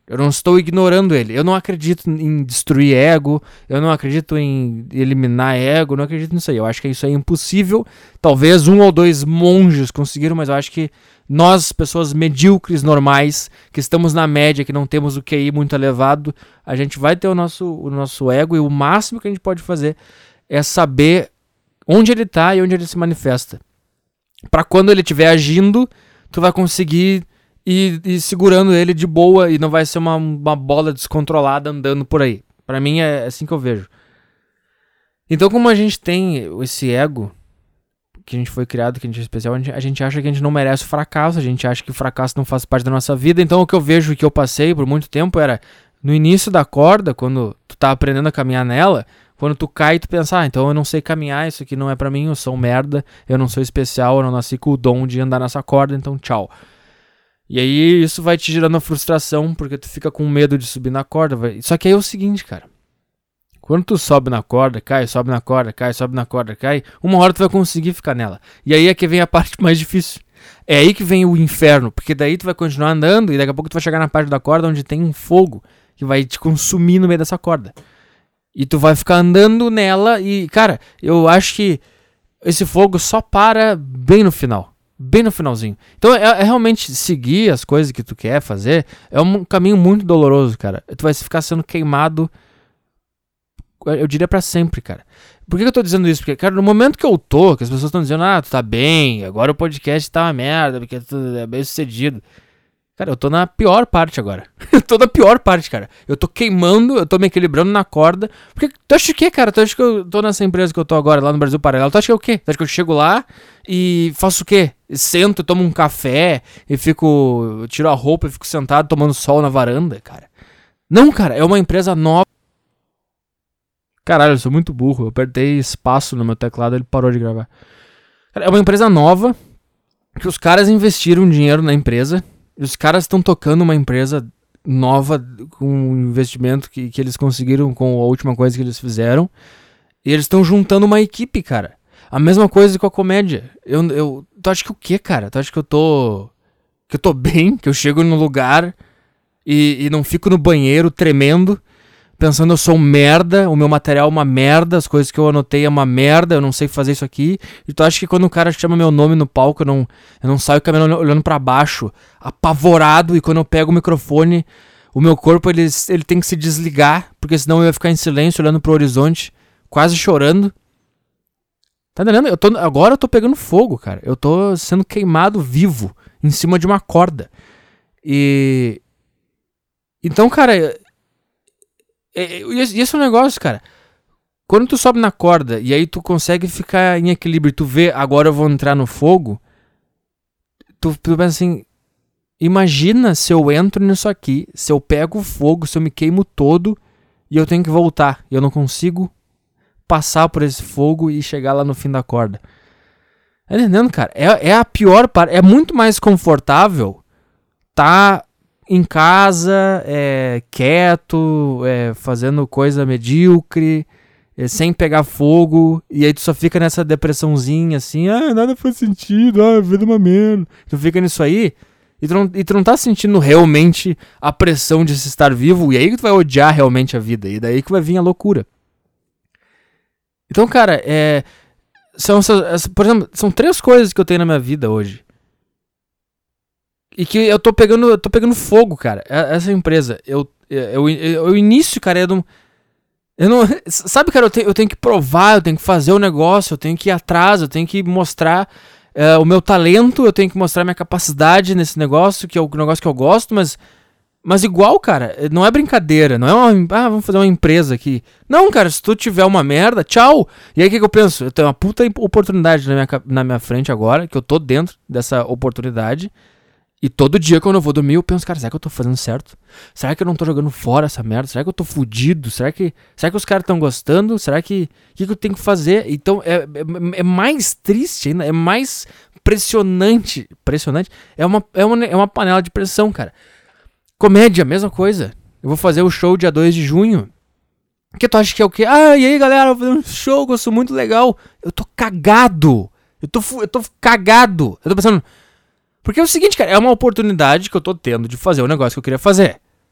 Eu não estou ignorando ele. Eu não acredito em destruir ego. Eu não acredito em eliminar ego. Eu não acredito nisso aí. Eu acho que isso é impossível. Talvez um ou dois monges conseguiram, mas eu acho que nós, pessoas medíocres, normais, que estamos na média, que não temos o Q I muito elevado, a gente vai ter o nosso, o nosso ego, e o máximo que a gente pode fazer é saber onde ele está e onde ele se manifesta. Para quando ele estiver agindo, tu vai conseguir ir, ir segurando ele de boa e não vai ser uma, uma bola descontrolada andando por aí. Para mim é assim que eu vejo. Então, como a gente tem esse ego, que a gente foi criado, que a gente é especial, a gente, a gente acha que a gente não merece o fracasso, a gente acha que o fracasso não faz parte da nossa vida. Então o que eu vejo e que eu passei por muito tempo era, no início da corda, quando tu tá aprendendo a caminhar nela, quando tu cai, tu pensa, ah, então eu não sei caminhar, isso aqui não é pra mim, eu sou um merda, eu não sou especial, eu não nasci com o dom de andar nessa corda, então tchau. E aí isso vai te gerando uma frustração, porque tu fica com medo de subir na corda. Vai... Só que aí é o seguinte, cara. Quando tu sobe na corda, cai, sobe na corda, cai, sobe na corda, cai, uma hora tu vai conseguir ficar nela. E aí é que vem a parte mais difícil. É aí que vem o inferno, porque daí tu vai continuar andando e daqui a pouco tu vai chegar na parte da corda onde tem um fogo que vai te consumir no meio dessa corda. E tu vai ficar andando nela e, cara, eu acho que esse fogo só para bem no final. Bem no finalzinho. Então é, é realmente seguir as coisas que tu quer fazer. É um caminho muito doloroso, cara. Tu vai ficar sendo queimado, eu diria, pra sempre, cara. Por que eu tô dizendo isso? Porque, cara, no momento que eu tô, que as pessoas estão dizendo, ah, tu tá bem, agora o podcast tá uma merda, porque tu é bem sucedido. Cara, eu tô na pior parte agora. Eu tô na pior parte, cara. Eu tô queimando, eu tô me equilibrando na corda. Porque tu acha o quê, cara? Tu acha que eu tô nessa empresa que eu tô agora, lá no Brasil Paralelo? Tu acha que é o quê? Tu acha que eu chego lá e faço o quê? Sento, tomo um café e fico... Eu tiro a roupa e fico sentado tomando sol na varanda, cara. Não, cara. É uma empresa nova. Caralho, eu sou muito burro. Eu apertei espaço no meu teclado e ele parou de gravar. Cara, é uma empresa nova que os caras investiram dinheiro na empresa. Os caras estão tocando uma empresa nova com um investimento que, que eles conseguiram com a última coisa que eles fizeram. E eles estão juntando uma equipe, cara. A mesma coisa com a comédia. Eu, eu, tu acha que o quê, cara? Tu acha que eu tô... Que eu tô bem? Que eu chego no lugar e, e não fico no banheiro tremendo, pensando eu sou um merda, o meu material é uma merda, as coisas que eu anotei é uma merda, eu não sei fazer isso aqui. E tu acha que quando o cara chama meu nome no palco, eu não, eu não saio caminhando olhando pra baixo, apavorado, e quando eu pego o microfone, o meu corpo ele, ele tem que se desligar, porque senão eu ia ficar em silêncio olhando pro horizonte, quase chorando. Tá entendendo? Eu tô, agora eu tô pegando fogo, cara. Eu tô sendo queimado vivo, em cima de uma corda. E... Então, cara... E esse é um negócio, cara. Quando tu sobe na corda e aí tu consegue ficar em equilíbrio, tu vê, agora eu vou entrar no fogo, tu, tu pensa assim, imagina se eu entro nisso aqui, se eu pego o fogo, se eu me queimo todo e eu tenho que voltar, e eu não consigo passar por esse fogo e chegar lá no fim da corda. Tá entendendo, cara? É, é a pior parte, é muito mais confortável tá em casa, é, quieto, é, fazendo coisa medíocre, é, sem pegar fogo, e aí tu só fica nessa depressãozinha assim, ah, nada faz sentido, ah, a vida é uma merda. Tu fica nisso aí, e tu, não, e tu não tá sentindo realmente a pressão de se estar vivo, e aí que tu vai odiar realmente a vida, e daí que vai vir a loucura. Então, cara, é, são, por exemplo, são três coisas que eu tenho na minha vida hoje. E que eu tô pegando, eu tô pegando fogo, cara. Essa empresa, eu, eu, eu, o início, cara, eu não, eu não, sabe, cara, eu, te, eu tenho que provar, eu tenho que fazer o negócio, eu tenho que ir atrás, eu tenho que mostrar uh, o meu talento, eu tenho que mostrar minha capacidade nesse negócio, que é o negócio que eu gosto, mas, mas igual, cara, não é brincadeira, não é uma, ah, vamos fazer uma empresa aqui. Não, cara, se tu tiver uma merda, tchau. E aí o que, que eu penso? Eu tenho uma puta oportunidade na minha, na minha frente agora, que eu tô dentro dessa oportunidade. E todo dia quando eu vou dormir eu penso, cara, será que eu tô fazendo certo? Será que eu não tô jogando fora essa merda? Será que eu tô fudido? Será que, será que os caras tão gostando? Será que... O que, que eu tenho que fazer? Então é, é, é mais triste ainda, é mais pressionante. Pressionante? É uma, é, uma, é uma panela de pressão, cara. Comédia, mesma coisa. Eu vou fazer o show dia dois de junho. O que tu acha que é o quê? Ah, e aí galera, eu vou fazer um show que eu sou muito legal. Eu tô cagado. Eu tô, eu tô cagado. Eu tô pensando... Porque é o seguinte, cara, é uma oportunidade que eu tô tendo de fazer o negócio que eu queria fazer.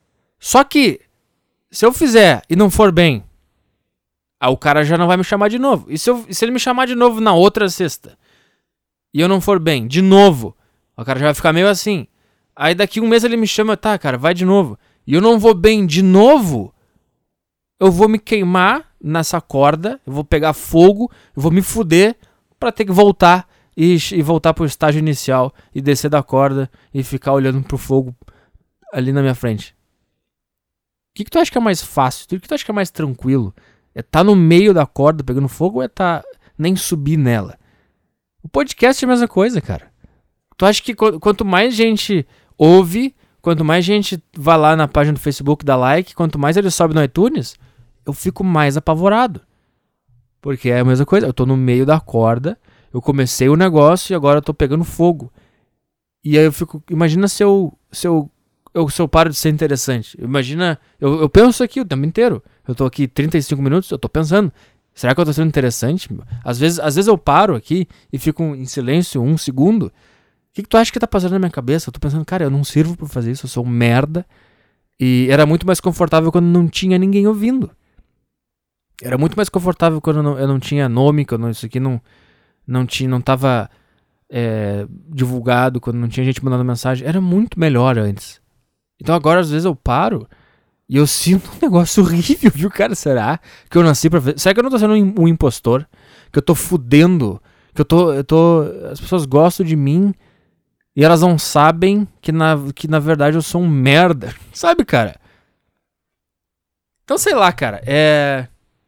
Só que, se eu fizer e não for bem, aí o cara já não vai me chamar de novo. E se, eu, se ele me chamar de novo na outra sexta, e eu não for bem, de novo, o cara já vai ficar meio assim. Aí daqui um mês ele me chama, tá, cara, vai de novo. E eu não vou bem de novo, eu vou me queimar nessa corda, eu vou pegar fogo, eu vou me fuder pra ter que voltar e, e voltar pro estágio inicial e descer da corda e ficar olhando pro fogo ali na minha frente. O que, que tu acha que é mais fácil? O que tu acha que é mais tranquilo? É tá no meio da corda pegando fogo ou é tá nem subir nela? O podcast é a mesma coisa, cara. Tu acha que qu- quanto mais gente ouve, quanto mais gente vai lá na página do Facebook, dá like, quanto mais ele sobe no iTunes, eu fico mais apavorado. Porque é a mesma coisa, eu tô no meio da corda, eu comecei o negócio e agora eu tô pegando fogo. E aí eu fico, imagina se eu, se eu, eu, se eu paro de ser interessante. Imagina, eu, eu penso aqui o tempo inteiro. Eu tô aqui trinta e cinco minutos, eu tô pensando, será que eu tô sendo interessante? Às vezes, às vezes eu paro aqui e fico em silêncio um segundo. O que, que tu acha que tá passando na minha cabeça? Eu tô pensando, cara, eu não sirvo pra fazer isso, eu sou um merda. E era muito mais confortável quando não tinha ninguém ouvindo. Era muito mais confortável quando eu não, eu não tinha nome, quando isso aqui não, não, tinha, não tava é, divulgado, quando não tinha gente mandando mensagem. Era muito melhor antes. Então agora às vezes eu paro e eu sinto um negócio horrível, viu, cara? Será que eu nasci pra ver? Será que eu não tô sendo um, um impostor? Que eu tô fudendo? Que eu tô, eu tô... As pessoas gostam de mim e elas não sabem que na, que na verdade eu sou um merda. Sabe, cara? Então sei lá, cara. É...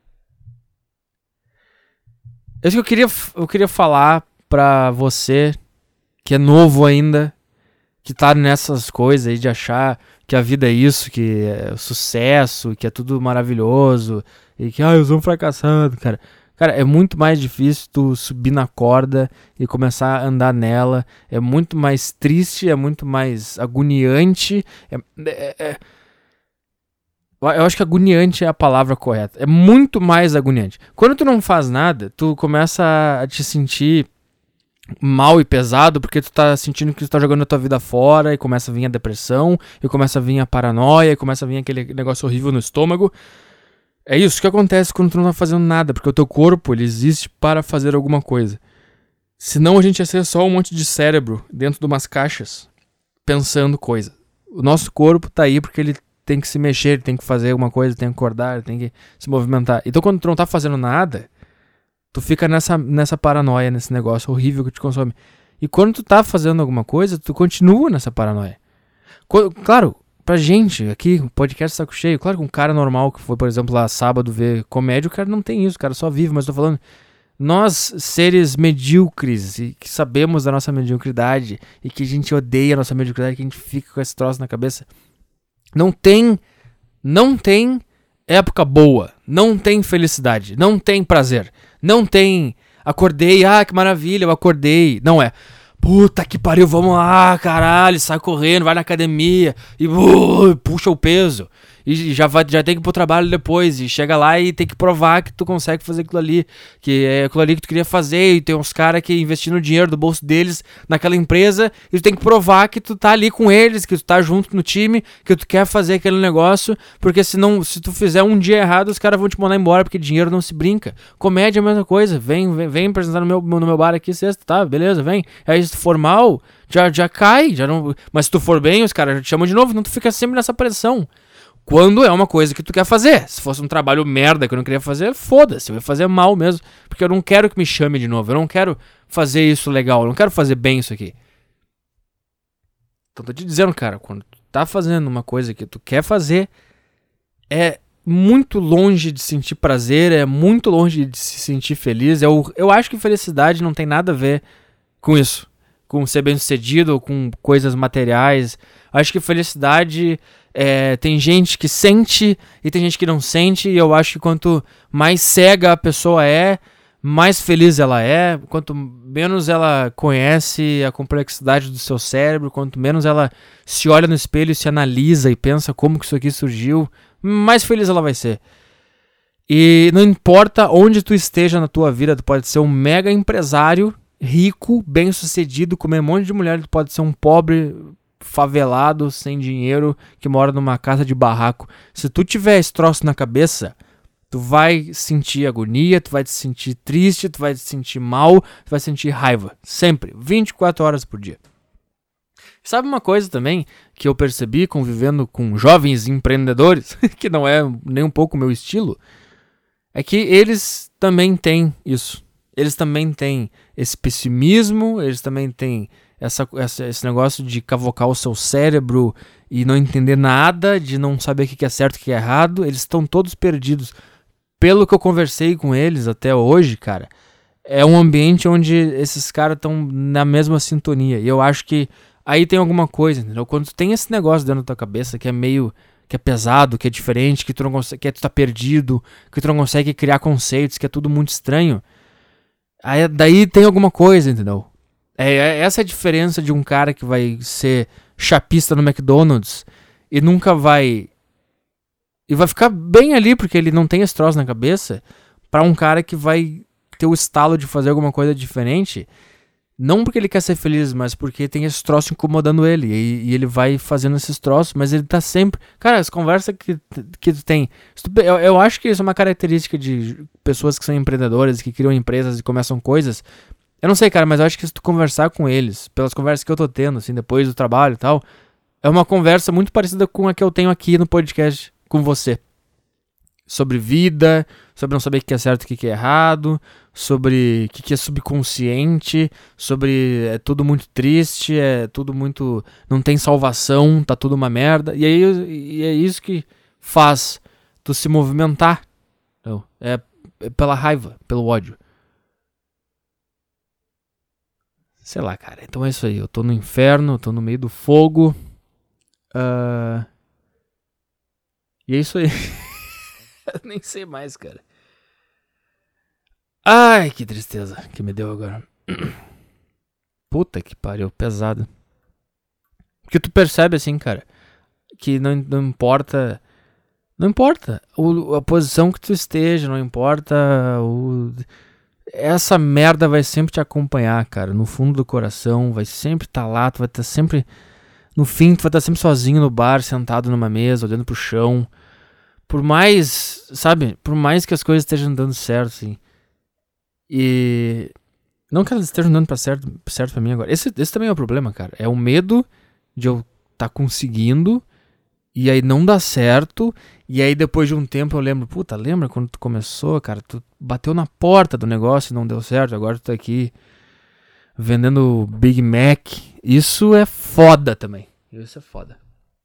É isso que eu queria, eu queria falar pra você que é novo ainda, que tá nessas coisas aí de achar que a vida é isso, que é sucesso, que é tudo maravilhoso, e que, ah, eu sou um fracassado, cara. Cara, é muito mais difícil tu subir na corda e começar a andar nela, é muito mais triste, é muito mais agoniante, é... é, é eu acho que agoniante é a palavra correta. É muito mais agoniante. Quando tu não faz nada, tu começa a te sentir mal e pesado, porque tu tá sentindo que tu tá jogando a tua vida fora, e começa a vir a depressão, e começa a vir a paranoia, e começa a vir aquele negócio horrível no estômago. É isso que acontece quando tu não tá fazendo nada, porque o teu corpo, ele existe para fazer alguma coisa. Senão a gente ia ser só um monte de cérebro dentro de umas caixas, pensando coisa. O nosso corpo tá aí porque ele tem que se mexer, ele tem que fazer alguma coisa, tem que acordar, ele tem que se movimentar. Então quando tu não tá fazendo nada, tu fica nessa, nessa paranoia, nesse negócio horrível que te consome. E quando tu tá fazendo alguma coisa, tu continua nessa paranoia. Quando, claro, pra gente aqui, o podcast Saco Cheio, claro que um cara normal que foi, por exemplo, lá sábado ver comédia, o cara não tem isso, o cara só vive, mas eu tô falando, nós seres medíocres e que sabemos da nossa mediocridade e que a gente odeia a nossa mediocridade, que a gente fica com esse troço na cabeça, Não tem, não tem época boa, não tem felicidade, não tem prazer, não tem acordei, ah, que maravilha, eu acordei. Não é, puta que pariu, vamos lá, caralho, sai correndo, vai na academia e uh, puxa o peso. E já, vai, já tem que ir pro trabalho depois, e chega lá e tem que provar que tu consegue fazer aquilo ali, que é aquilo ali que tu queria fazer, e tem uns caras que investiram dinheiro do bolso deles naquela empresa, e tu tem que provar que tu tá ali com eles, que tu tá junto no time, que tu quer fazer aquele negócio, porque senão, se tu fizer um dia errado, os caras vão te mandar embora, porque dinheiro não se brinca. Comédia é a mesma coisa, vem, vem, vem apresentar no meu, no meu bar aqui sexta, tá, beleza, vem. Aí se tu for mal, já, já cai, já não... mas se tu for bem, os caras já te chamam de novo, então tu fica sempre nessa pressão. Quando é uma coisa que tu quer fazer. Se fosse um trabalho merda que eu não queria fazer, foda-se, eu ia fazer mal mesmo. Porque eu não quero que me chame de novo. Eu não quero fazer isso legal. Eu não quero fazer bem isso aqui. Então tô te dizendo, cara, quando tu tá fazendo uma coisa que tu quer fazer, é muito longe de sentir prazer, é muito longe de se sentir feliz. Eu, eu acho que felicidade não tem nada a ver com isso. Com ser bem sucedido ou com coisas materiais. Acho que felicidade... É, tem gente que sente e tem gente que não sente, e eu acho que quanto mais cega a pessoa é, mais feliz ela é. Quanto menos ela conhece a complexidade do seu cérebro, quanto menos ela se olha no espelho e se analisa e pensa como que isso aqui surgiu, mais feliz ela vai ser. E não importa onde tu esteja na tua vida, tu pode ser um mega empresário, rico, bem sucedido, comer um monte de mulher, tu pode ser um pobre favelado, sem dinheiro, que mora numa casa de barraco. Se tu tiver esse troço na cabeça, tu vai sentir agonia, tu vai te sentir triste, tu vai te sentir mal, tu vai sentir raiva. Sempre. vinte e quatro horas por dia. Sabe uma coisa também que eu percebi convivendo com jovens empreendedores, que não é nem um pouco o meu estilo, é que eles também têm isso. Eles também têm esse pessimismo, eles também têm essa, essa, esse negócio de cavocar o seu cérebro e não entender nada, de não saber o que é certo e o que é errado. Eles estão todos perdidos. Pelo que eu conversei com eles até hoje, cara, é um ambiente onde esses caras estão na mesma sintonia. E eu acho que aí tem alguma coisa, entendeu? Quando tu tem esse negócio dentro da tua cabeça que é meio, que é pesado, que é diferente, que tu não consegue, que tu tá perdido, que tu não consegue criar conceitos, que é tudo muito estranho, aí daí tem alguma coisa, entendeu? É, é essa é a diferença de um cara que vai ser chapista no McDonald's e nunca vai... E vai ficar bem ali porque ele não tem esse troço na cabeça, pra um cara que vai ter o estalo de fazer alguma coisa diferente. Não porque ele quer ser feliz, mas porque tem esse troço incomodando ele. E, e ele vai fazendo esses troços, mas ele tá sempre... Cara, as conversas que, que tu tem... Tu, eu, eu acho que isso é uma característica de pessoas que são empreendedoras, que criam empresas e começam coisas. Eu não sei, cara, mas eu acho que se tu conversar com eles, pelas conversas que eu tô tendo, assim, depois do trabalho e tal, é uma conversa muito parecida com a que eu tenho aqui no podcast com você. Sobre vida, sobre não saber o que é certo e o que é errado, sobre o que é subconsciente, sobre é tudo muito triste, é tudo muito... não tem salvação, tá tudo uma merda. E, aí, e é isso que faz tu se movimentar. Não, é, é pela raiva, pelo ódio. Sei lá, cara. Então é isso aí. Eu tô no inferno, eu tô no meio do fogo. Uh... E é isso aí. Nem sei mais, cara. Ai, que tristeza que me deu agora. Puta que pariu, pesado. Porque tu percebe assim, cara, que não, não importa... Não importa o, a posição que tu esteja, não importa o... Essa merda vai sempre te acompanhar, cara. No fundo do coração, vai sempre estar tá lá, tu vai estar tá sempre... No fim, tu vai estar tá sempre sozinho no bar, sentado numa mesa, olhando pro chão. Por mais, sabe, por mais que as coisas estejam dando certo, assim. E... Não que elas estejam dando pra certo, certo pra mim agora. Esse, esse também é o problema, cara. É o medo de eu tá conseguindo e aí não dá certo. E aí depois de um tempo eu lembro, puta, lembra quando tu começou, cara? Tu bateu na porta do negócio e não deu certo. Agora tu tá aqui vendendo Big Mac. Isso é foda também. Isso é foda.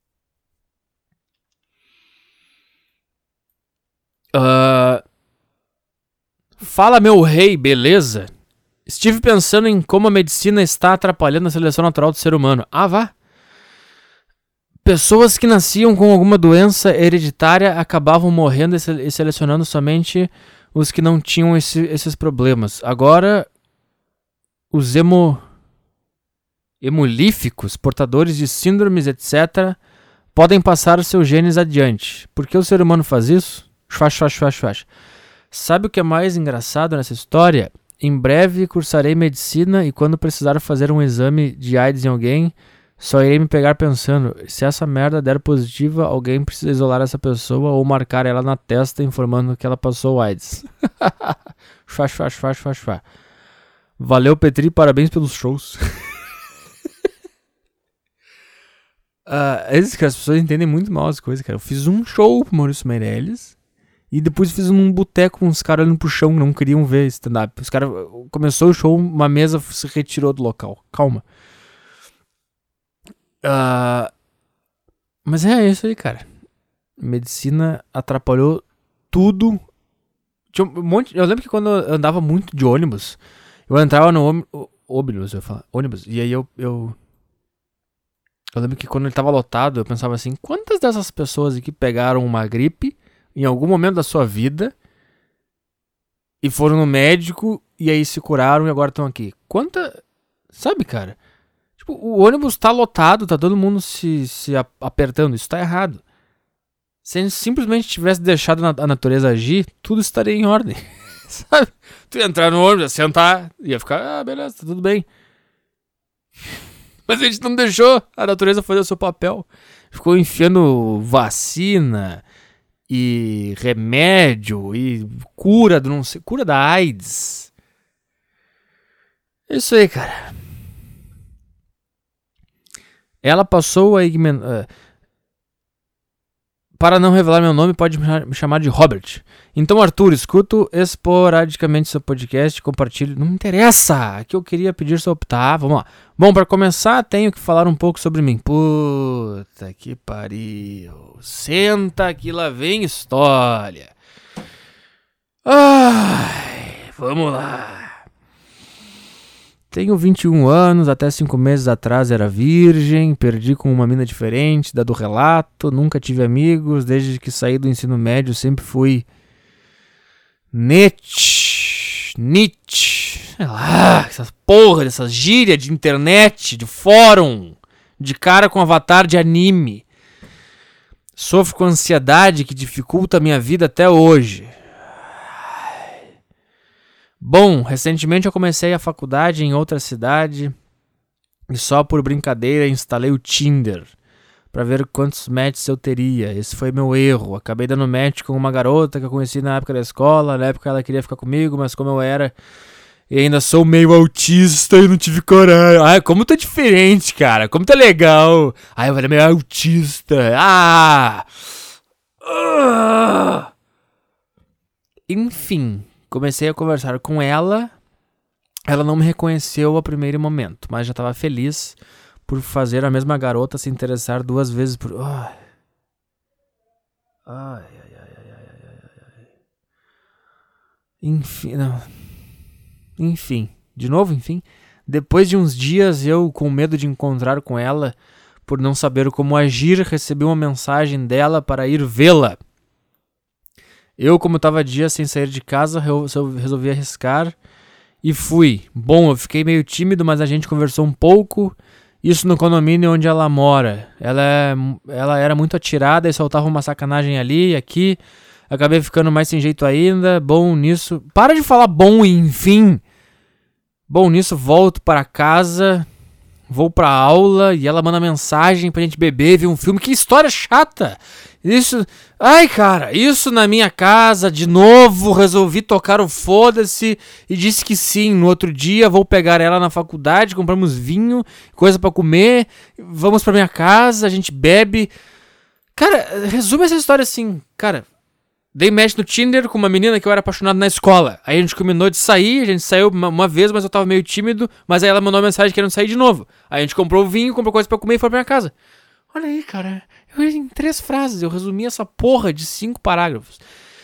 Uh, fala, meu rei, beleza? Estive pensando em como a medicina está atrapalhando a seleção natural do ser humano. Ah, vá. Pessoas que nasciam com alguma doença hereditária acabavam morrendo e selecionando somente os que não tinham esse, esses problemas. Agora, os hemo... hemolíficos, portadores de síndromes, etcétera, podem passar os seus genes adiante. Por que o ser humano faz isso? Faz, faz, faz, faz. Sabe o que é mais engraçado nessa história? Em breve cursarei medicina e quando precisar fazer um exame de AIDS em alguém, só irei me pegar pensando, se essa merda der positiva, alguém precisa isolar essa pessoa ou marcar ela na testa informando que ela passou AIDS. Faz, faz, faz, faz, faz. Valeu, Petri, parabéns pelos shows. uh, é isso que as pessoas entendem muito mal as coisas, cara. Eu fiz um show pro Maurício Meirelles. E depois fiz um boteco com uns caras olhando pro chão, não queriam ver stand-up. Os caras... Começou o show, uma mesa se retirou do local. Calma. Uh, mas é isso aí, cara. Medicina atrapalhou tudo. Tinha um monte... Eu lembro que quando eu andava muito de ônibus, eu entrava no ônibus, eu ia falar, ônibus, e aí eu, eu... Eu lembro que quando ele tava lotado, eu pensava assim, quantas dessas pessoas aqui pegaram uma gripe em algum momento da sua vida e foram no médico e aí se curaram e agora estão aqui. Quanta... Sabe, cara? Tipo, o ônibus tá lotado, tá todo mundo se, se apertando. Isso tá errado. Se a gente simplesmente tivesse deixado a natureza agir, tudo estaria em ordem. Sabe? Tu ia entrar no ônibus, ia sentar, ia ficar, ah, beleza, tá tudo bem. Mas a gente não deixou a natureza fazer o seu papel. Ficou enfiando vacina e remédio e cura do não sei, cura da AIDS. É isso aí, cara. Ela passou a ignorar. Para não revelar meu nome, pode me chamar de Robert. Então, Arthur, escuto esporadicamente seu podcast, compartilho. Não me interessa, que eu queria pedir sua opinião. Tá, vamos lá. Bom, para começar, tenho que falar um pouco sobre mim. Puta que pariu. Senta que lá vem história. Ai, vamos lá. Tenho vinte e um anos, até cinco meses atrás era virgem, perdi com uma mina diferente da do relato, nunca tive amigos, desde que saí do ensino médio sempre fui net, nit, sei lá, essas porra dessas gírias de internet, de fórum, de cara com avatar de anime. Sofro com ansiedade que dificulta a minha vida até hoje. Bom, recentemente eu comecei a faculdade em outra cidade e só por brincadeira instalei o Tinder pra ver quantos matches eu teria. Esse foi meu erro. Acabei dando match com uma garota que eu conheci na época da escola. Na época ela queria ficar comigo, mas como eu era e ainda sou meio autista, eu não tive coragem. Ai, como tá diferente, cara. Como tá legal. Ai, eu era meio autista. Ah! ah! Enfim. Comecei a conversar com ela, ela não me reconheceu ao primeiro momento, mas já estava feliz por fazer a mesma garota se interessar duas vezes por... Ai, ai, ai, ai, ai, ai, ai, ai. Enfim, não. Enfim, de novo, enfim. Depois de uns dias, eu, com medo de encontrar com ela, por não saber como agir, recebi uma mensagem dela para ir vê-la. Eu, como estava dia sem sair de casa, eu resolvi arriscar e fui. Bom, eu fiquei meio tímido, mas a gente conversou um pouco. Isso no condomínio onde ela mora. Ela, é, ela era muito atirada e soltava uma sacanagem ali e aqui. Acabei ficando mais sem jeito ainda. Bom, nisso... Para de falar bom e enfim. Bom, nisso volto para casa, vou pra aula e ela manda mensagem pra gente beber, ver um filme. Que história chata! Isso... Ai, cara, isso na minha casa, de novo, resolvi tocar o foda-se e disse que sim. No outro dia, vou pegar ela na faculdade, compramos vinho, coisa pra comer, vamos pra minha casa, a gente bebe. Cara, resume essa história assim, cara, dei match no Tinder com uma menina que eu era apaixonado na escola. Aí a gente combinou de sair, a gente saiu uma, uma vez, mas eu tava meio tímido, mas aí ela mandou uma mensagem querendo sair de novo. Aí a gente comprou vinho, comprou coisa pra comer e foi pra minha casa. Olha aí, cara, eu em três frases, eu resumi essa porra de cinco parágrafos.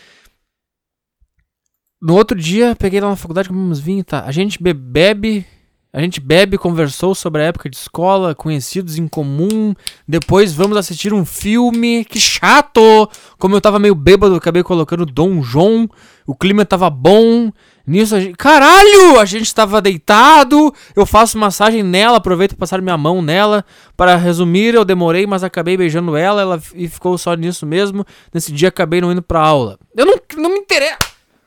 No outro dia, peguei lá na faculdade, comemos vinho, tá? A gente bebe, a gente bebe, conversou sobre a época de escola, conhecidos em comum. Depois vamos assistir um filme, que chato! Como eu tava meio bêbado, acabei colocando Dom João, o clima tava bom. Nisso a gente... Caralho! A gente tava deitado, eu faço massagem nela, aproveito pra passar minha mão nela. Para resumir, eu demorei, mas acabei beijando ela, ela e ficou só nisso mesmo. Nesse dia acabei não indo pra aula. Eu não, não me interessa.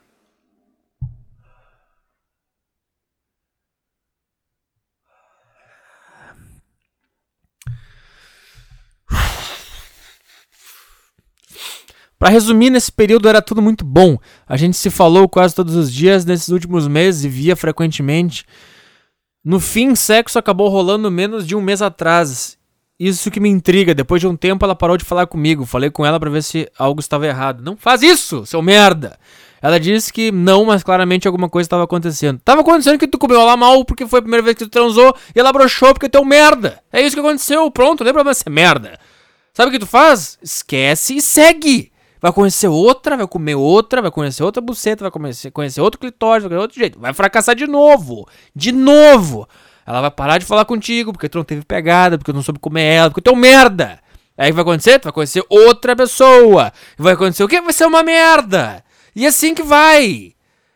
Pra resumir, nesse período era tudo muito bom. A gente se falou quase todos os dias nesses últimos meses e via frequentemente. No fim, sexo acabou rolando menos de um mês atrás. Isso que me intriga. Depois de um tempo, ela parou de falar comigo. Falei com ela pra ver se algo estava errado. Não faz isso, seu merda! Ela disse que não, mas claramente alguma coisa estava acontecendo. Tava acontecendo que tu comeu ela mal porque foi a primeira vez que tu transou e ela broxou porque tu é um merda. É isso que aconteceu. Pronto, não tem problema ser merda. Sabe o que tu faz? Esquece e segue. Vai conhecer outra, vai comer outra, vai conhecer outra buceta, vai conhecer, conhecer outro clitóris, vai conhecer outro jeito. Vai fracassar de novo. De novo. Ela vai parar de falar contigo porque tu não teve pegada, porque tu não soube comer ela, porque tu é um merda. Aí o que vai acontecer? Tu vai conhecer outra pessoa. Vai acontecer o quê? Vai ser uma merda. E assim que vai.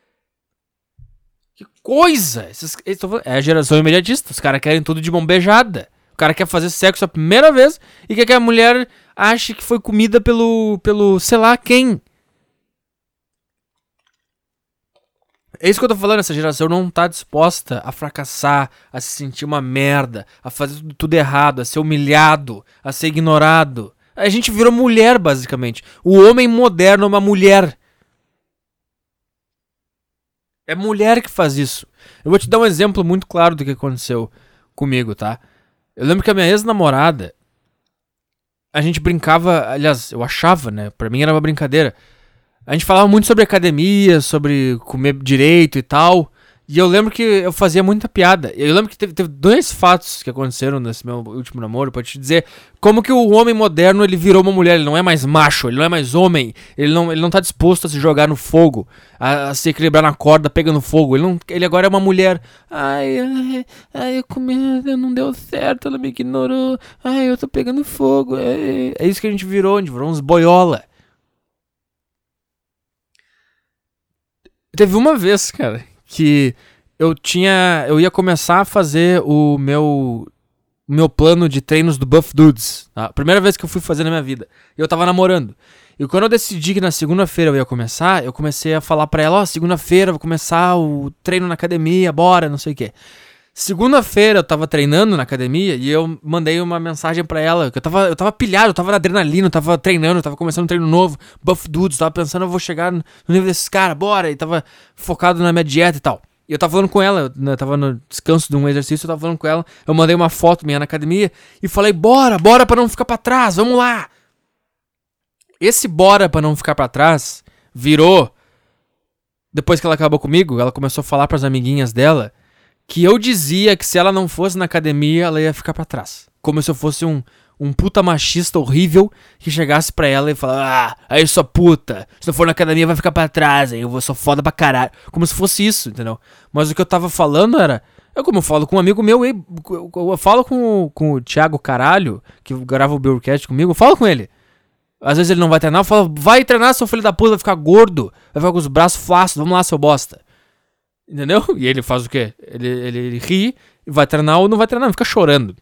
Que coisa. Esses, é a geração imediatista. Os caras querem tudo de mão beijada. O cara quer fazer sexo a primeira vez e quer que a mulher ache que foi comida pelo, pelo sei lá quem. É isso que eu tô falando, essa geração não tá disposta a fracassar, a se sentir uma merda, a fazer tudo, tudo errado, a ser humilhado, a ser ignorado. A gente virou mulher, basicamente. O homem moderno é uma mulher. É mulher que faz isso. Eu vou te dar um exemplo muito claro do que aconteceu comigo, tá? Eu lembro que a minha ex-namorada, a gente brincava, aliás, eu achava, né? Pra mim era uma brincadeira. A gente falava muito sobre academia, sobre comer direito e tal. E eu lembro que eu fazia muita piada. Eu lembro que teve, teve dois fatos que aconteceram nesse meu último namoro, pra te dizer como que o homem moderno ele virou uma mulher. Ele não é mais macho, ele não é mais homem. Ele não, ele não tá disposto a se jogar no fogo, a, a se equilibrar na corda pegando fogo. Ele, não, ele agora é uma mulher. Ai, ai, ai, eu comi, não deu certo, ela me ignorou. Ai, eu tô pegando fogo. Ai. É isso que a gente virou, a gente virou uns boiola. Teve uma vez, cara, que eu tinha. Eu ia começar a fazer o meu. Meu plano de treinos do Buff Dudes. Tá? A primeira vez que eu fui fazer na minha vida. E eu tava namorando. E quando eu decidi que na segunda-feira eu ia começar, eu comecei a falar pra ela, ó, oh, segunda-feira eu vou começar o treino na academia, bora, não sei o quê. Segunda-feira eu tava treinando na academia e eu mandei uma mensagem pra ela, que eu tava, eu tava pilhado, eu tava na adrenalina, eu tava treinando, eu tava começando um treino novo, Buff Dudes, tava pensando, eu vou chegar no nível desses caras, bora, e tava focado na minha dieta e tal. E eu tava falando com ela, eu tava no descanso de um exercício, eu tava falando com ela, eu mandei uma foto minha na academia e falei, bora, bora pra não ficar pra trás, vamos lá. Esse bora pra não ficar pra trás virou, depois que ela acabou comigo, ela começou a falar pras amiguinhas dela, que eu dizia que se ela não fosse na academia, ela ia ficar pra trás. Como se eu fosse um, um puta machista horrível que chegasse pra ela e falasse, ah, aí sua puta, se não for na academia vai ficar pra trás, hein, eu vou sou foda pra caralho. Como se fosse isso, entendeu? Mas o que eu tava falando era, eu como eu falo com um amigo meu, eu, eu, eu falo com, com o Thiago Caralho, que grava o Beercast comigo, eu falo com ele. Às vezes ele não vai treinar, eu falo, vai treinar, seu filho da puta, vai ficar gordo, vai ficar com os braços flácidos, vamos lá, seu bosta. Entendeu? E ele faz o quê? Ele, ele, ele ri, vai treinar ou não vai treinar, fica chorando.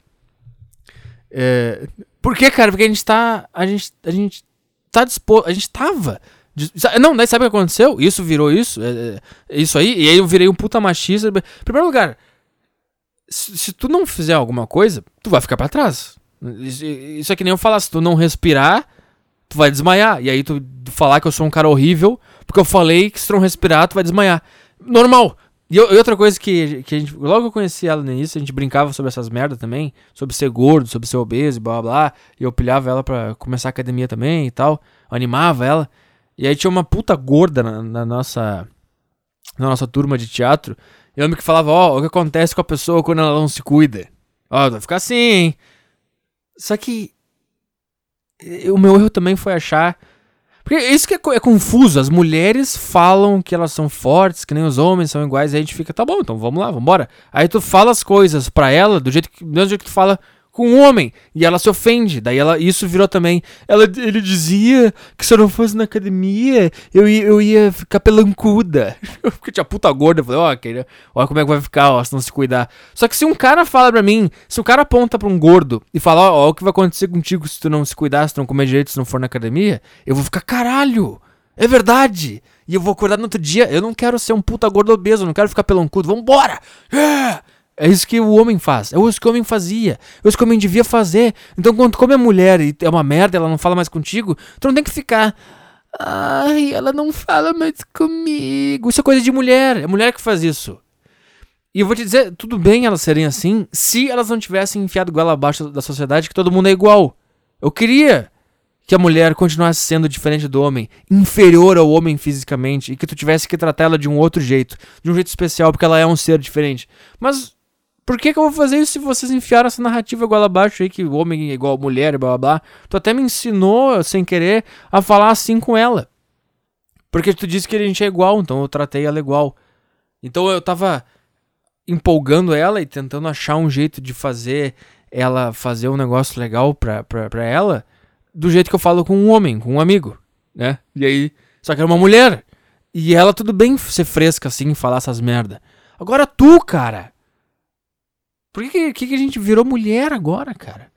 É, por quê, cara? Porque a gente tá. A gente, a gente tá disposto. A gente tava. Não, daí sabe o que aconteceu? Isso virou isso. É, é, isso aí. E aí eu virei um puta machista. Em primeiro lugar, se, se tu não fizer alguma coisa, tu vai ficar pra trás. Isso, isso é que nem eu falar, se tu não respirar, tu vai desmaiar. E aí tu falar que eu sou um cara horrível, porque eu falei que se tu não respirar, tu vai desmaiar. Normal. E, e outra coisa que, que a gente... Logo que eu conheci ela no início, a gente brincava sobre essas merdas também. Sobre ser gordo, sobre ser obeso, blá blá blá. E eu pilhava ela pra começar a academia também e tal. Eu animava ela. E aí tinha uma puta gorda na, na nossa... Na nossa turma de teatro. E eu lembro que falava, ó, oh, o que acontece com a pessoa quando ela não se cuida? Ó, oh, vai ficar assim, hein? Só que... O meu erro também foi achar... Porque isso que é, é confuso, as mulheres falam que elas são fortes, que nem os homens são iguais, e a gente fica, tá bom, então vamos lá, vambora. Aí tu fala as coisas pra ela, do jeito que, do mesmo jeito que tu fala com um homem, e ela se ofende, daí ela, isso virou também, ela, ele dizia que se eu não fosse na academia, eu ia, eu ia ficar pelancuda. Porque tinha puta gorda, eu falei, ó, oh, olha como é que vai ficar, ó, se não se cuidar. Só que se um cara fala pra mim, se um cara aponta pra um gordo e fala, ó, oh, o que vai acontecer contigo se tu não se cuidar, se tu não comer direito, se não for na academia, eu vou ficar, caralho, é verdade. E eu vou acordar no outro dia, eu não quero ser um puta gordo obeso, eu não quero ficar pelancudo, vambora! É! É isso que o homem faz. É isso que o homem fazia. É isso que o homem devia fazer. Então, quando tu come a mulher e é uma merda, ela não fala mais contigo, tu não tem que ficar... Ai, ela não fala mais comigo. Isso é coisa de mulher. É mulher que faz isso. E eu vou te dizer, tudo bem elas serem assim, se elas não tivessem enfiado goela abaixo da sociedade que todo mundo é igual. Eu queria que a mulher continuasse sendo diferente do homem, inferior ao homem fisicamente, e que tu tivesse que tratar ela de um outro jeito, de um jeito especial, porque ela é um ser diferente. Mas... Por que que eu vou fazer isso se vocês enfiaram essa narrativa igual abaixo aí, que o homem é igual a mulher e blá blá blá? Tu até me ensinou, sem querer, a falar assim com ela. Porque tu disse que a gente é igual, então eu tratei ela igual. Então eu tava empolgando ela e tentando achar um jeito de fazer ela fazer um negócio legal pra, pra, pra ela, do jeito que eu falo com um homem, com um amigo, né? E aí, só que era uma mulher. E ela tudo bem ser fresca assim, falar essas merda. Agora tu, cara... Por que, que, que a gente virou mulher agora, cara?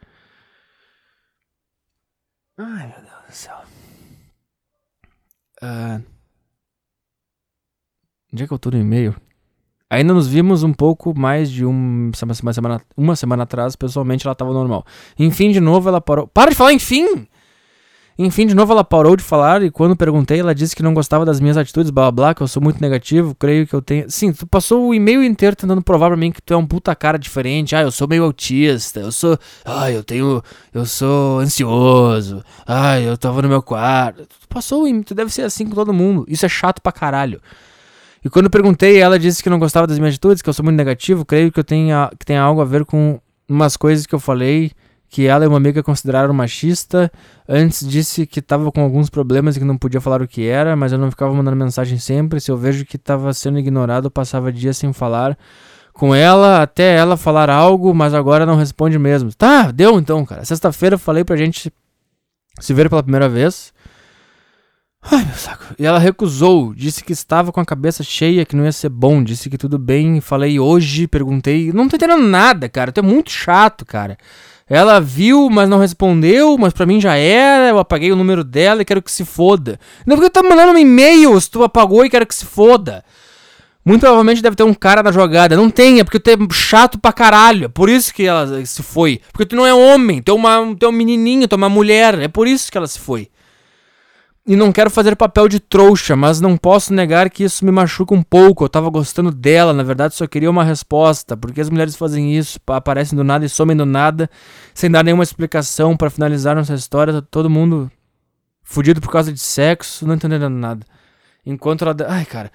Ai, meu Deus do céu. Uh, Onde é que eu tô no e-mail? Ainda nos vimos um pouco mais de um, uma, semana, uma semana atrás. Pessoalmente ela tava normal. Enfim, de novo ela parou. Para de falar, enfim! Enfim, de novo ela parou de falar e quando perguntei, ela disse que não gostava das minhas atitudes, blá blá blá, que eu sou muito negativo, creio que eu tenho... Sim, tu passou o e-mail inteiro tentando provar pra mim que tu é um puta cara diferente. Ah, eu sou meio autista, eu sou... Ah, eu tenho... Eu sou ansioso. Ah, eu tava no meu quarto. Tu passou o e-mail, tu deve ser assim com todo mundo. Isso é chato pra caralho. E quando eu perguntei, ela disse que não gostava das minhas atitudes, que eu sou muito negativo, creio que eu tenha, que tenha algo a ver com umas coisas que eu falei... que ela e uma amiga consideraram machista. Antes disse que tava com alguns problemas e que não podia falar o que era, mas eu não ficava mandando mensagem sempre. Se eu vejo que tava sendo ignorado, eu passava dias sem falar com ela, até ela falar algo, mas agora não responde mesmo. Tá, deu então, cara. Sexta-feira eu falei pra gente se ver pela primeira vez. Ai, meu saco. E ela recusou, disse que estava com a cabeça cheia, que não ia ser bom, disse que tudo bem. Falei hoje, perguntei. Não tô entendendo nada, cara. Tu é muito chato, cara. Ela viu, mas não respondeu, mas pra mim já era, eu apaguei o número dela e quero que se foda. Não, porque tu tá mandando um e-mail se tu apagou e quero que se foda. Muito provavelmente deve ter um cara na jogada. Não tem, é porque tu é chato pra caralho. É por isso que ela se foi. Porque tu não é homem, tu é, uma, tu é um menininho, tu é uma mulher. É por isso que ela se foi. E não quero fazer papel de trouxa, mas não posso negar que isso me machuca um pouco. Eu tava gostando dela, na verdade só queria uma resposta. Por que as mulheres fazem isso? Aparecem do nada e somem do nada, sem dar nenhuma explicação. Pra finalizar nossa história, tá todo mundo fudido por causa de sexo, não entendendo nada. Enquanto ela... Ai, cara...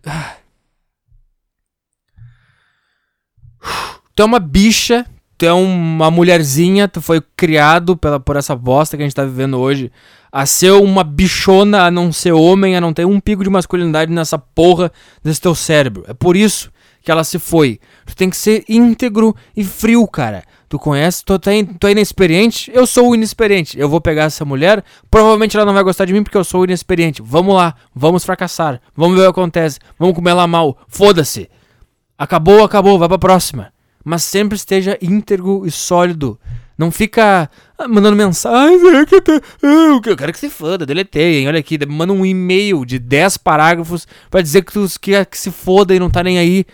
Tu é uma bicha, tu é uma mulherzinha, tu foi criado pela, por essa bosta que a gente tá vivendo hoje, a ser uma bichona, a não ser homem, a não ter um pico de masculinidade nessa porra desse teu cérebro. É por isso que ela se foi. Tu tem que ser íntegro e frio, cara. Tu conhece, tu, tá in, tu é inexperiente, eu sou o inexperiente. Eu vou pegar essa mulher, provavelmente ela não vai gostar de mim porque eu sou o inexperiente. Vamos lá, vamos fracassar, vamos ver o que acontece, vamos comer ela mal, foda-se. Acabou, acabou, vai pra próxima. Mas sempre esteja íntegro e sólido. Não fica mandando mensagem. Eu quero que se foda, deletei, hein? Olha aqui, manda um e-mail de dez parágrafos pra dizer que tu quer que se foda e não tá nem aí.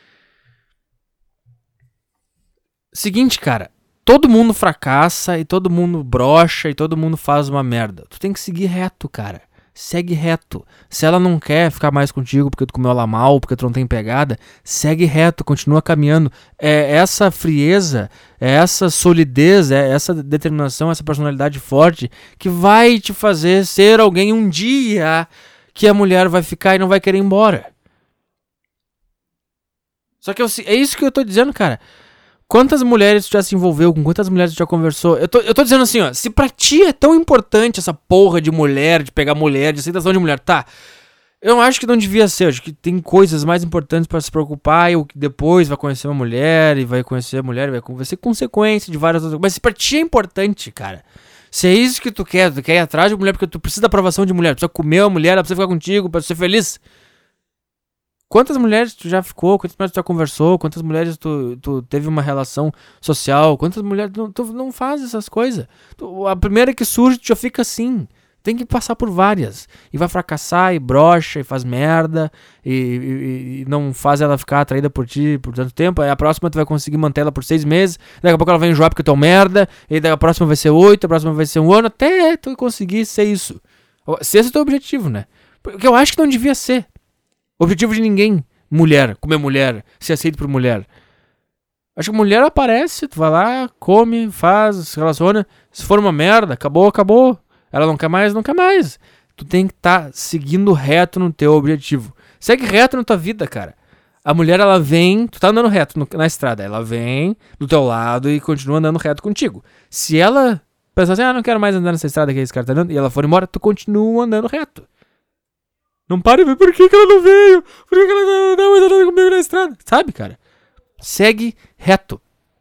Seguinte, cara. Todo mundo fracassa e todo mundo brocha e todo mundo faz uma merda. Tu tem que seguir reto, cara. Segue reto. Se ela não quer ficar mais contigo porque tu comeu ela mal, porque tu não tem pegada, segue reto, continua caminhando. É essa frieza, é essa solidez, é essa determinação, essa personalidade forte que vai te fazer ser alguém um dia que a mulher vai ficar e não vai querer ir embora. Só que eu, é isso que eu tô dizendo, cara. Quantas mulheres tu já se envolveu, com quantas mulheres tu já conversou? Eu tô, eu tô dizendo assim, ó, se pra ti é tão importante essa porra de mulher, de pegar mulher, de aceitação de mulher, tá? Eu acho que não devia ser, eu acho que tem coisas mais importantes pra se preocupar, e depois vai conhecer uma mulher, e vai conhecer a mulher, e vai, vai ser consequência de várias outras coisas. Mas se pra ti é importante, cara, se é isso que tu quer, tu quer ir atrás de mulher porque tu precisa da aprovação de mulher, precisa comer a mulher, ela precisa ficar contigo, pra ser feliz... Quantas mulheres tu já ficou? Quantas mulheres tu já conversou? Quantas mulheres tu, tu teve uma relação social? Quantas mulheres... Tu, tu não faz essas coisas. Tu, a primeira que surge, tu já fica assim. Tem que passar por várias. E vai fracassar, e brocha, e faz merda, e, e, e não faz ela ficar atraída por ti por tanto tempo. Aí a próxima tu vai conseguir manter ela por seis meses. Daqui a pouco ela vai enjoar porque tu é um merda. E daí a próxima vai ser oito, a próxima vai ser um ano. Até tu conseguir ser isso. Se esse é o teu objetivo, né? Porque eu acho que não devia ser. Objetivo de ninguém, mulher, comer mulher, ser aceito por mulher. Acho que mulher aparece, tu vai lá, come, faz, se relaciona. Se for uma merda, acabou, acabou. Ela não quer mais, não quer mais. Tu tem que estar tá seguindo reto no teu objetivo. Segue reto na tua vida, cara. A mulher, ela vem, tu tá andando reto no, na estrada, ela vem do teu lado e continua andando reto contigo. Se ela pensar assim, ah, não quero mais andar nessa estrada que esse cara tá andando, e ela for embora, tu continua andando reto. Não para e vê por que, que ela não veio. Por que, que ela não tá mais andando comigo na estrada? Sabe, cara? Segue reto.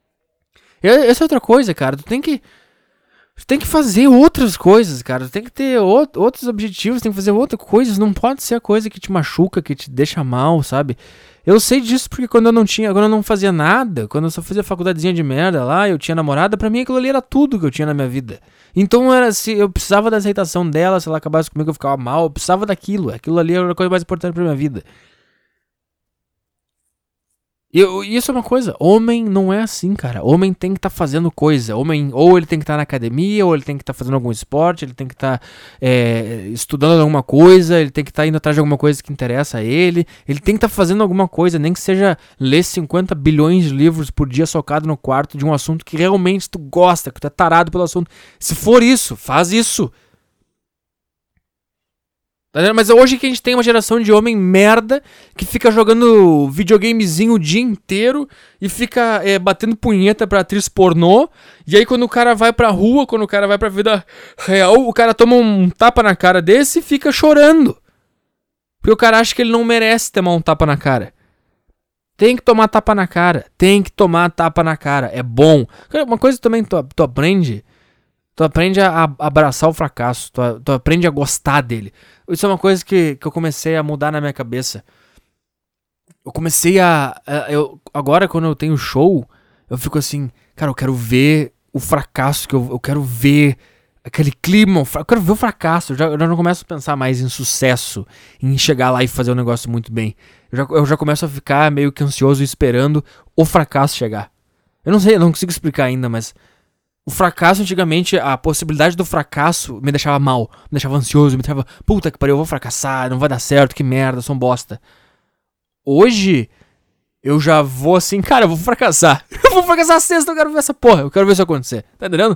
E essa é outra coisa, cara. Tu tem que... Tu tem que fazer outras coisas, cara. Tu tem que ter outro, outros objetivos. Tem que fazer outras coisas. Não pode ser a coisa que te machuca, que te deixa mal, sabe? Eu sei disso porque quando eu não tinha... Quando eu não fazia nada, quando eu só fazia faculdadezinha de merda lá, eu tinha namorada, pra mim aquilo ali era tudo que eu tinha na minha vida. Então era se eu precisava da aceitação dela, se ela acabasse comigo eu ficava mal, eu precisava daquilo. Aquilo ali era a coisa mais importante pra minha vida. E eu- e isso é uma coisa, homem não é assim, cara. Homem tem que estar fazendo coisa. Homem, ou ele tem que estar na academia, ou ele tem que estar fazendo algum esporte, ele tem que estar é, estudando alguma coisa, ele tem que estar indo atrás de alguma coisa que interessa a ele. Ele tem que estar fazendo alguma coisa, nem que seja ler cinquenta bilhões de livros por dia socado no quarto de um assunto que realmente tu gosta, que tu é tarado pelo assunto. Se for isso, faz isso. Tá vendo? Mas hoje que a gente tem uma geração de homem merda que fica jogando videogamezinho o dia inteiro e fica é, batendo punheta pra atriz pornô. E aí quando o cara vai pra rua, quando o cara vai pra vida real, o cara toma um tapa na cara desse e fica chorando. Porque o cara acha que ele não merece tomar um tapa na cara. Tem que tomar tapa na cara. Tem que tomar tapa na cara. É bom. Cara, uma coisa também tu, tu aprende... Tu aprende a, a abraçar o fracasso, tu, tu aprende a gostar dele. Isso é uma coisa que, que eu comecei a mudar na minha cabeça. Eu comecei a... a eu, agora, quando eu tenho show, eu fico assim... Cara, eu quero ver o fracasso, que eu, eu quero ver aquele clima, eu quero ver o fracasso. Eu já, eu já não começo a pensar mais em sucesso, em chegar lá e fazer um negócio muito bem. Eu já, eu já começo a ficar meio que ansioso esperando o fracasso chegar. Eu não sei, eu não consigo explicar ainda, mas... O fracasso, antigamente, a possibilidade do fracasso me deixava mal, me deixava ansioso, me deixava, puta que pariu, eu vou fracassar, não vai dar certo, que merda, eu sou um bosta. Hoje, eu já vou assim, cara, eu vou fracassar. Eu vou fracassar a sexta, eu quero ver essa porra, eu quero ver isso acontecer. Tá entendendo?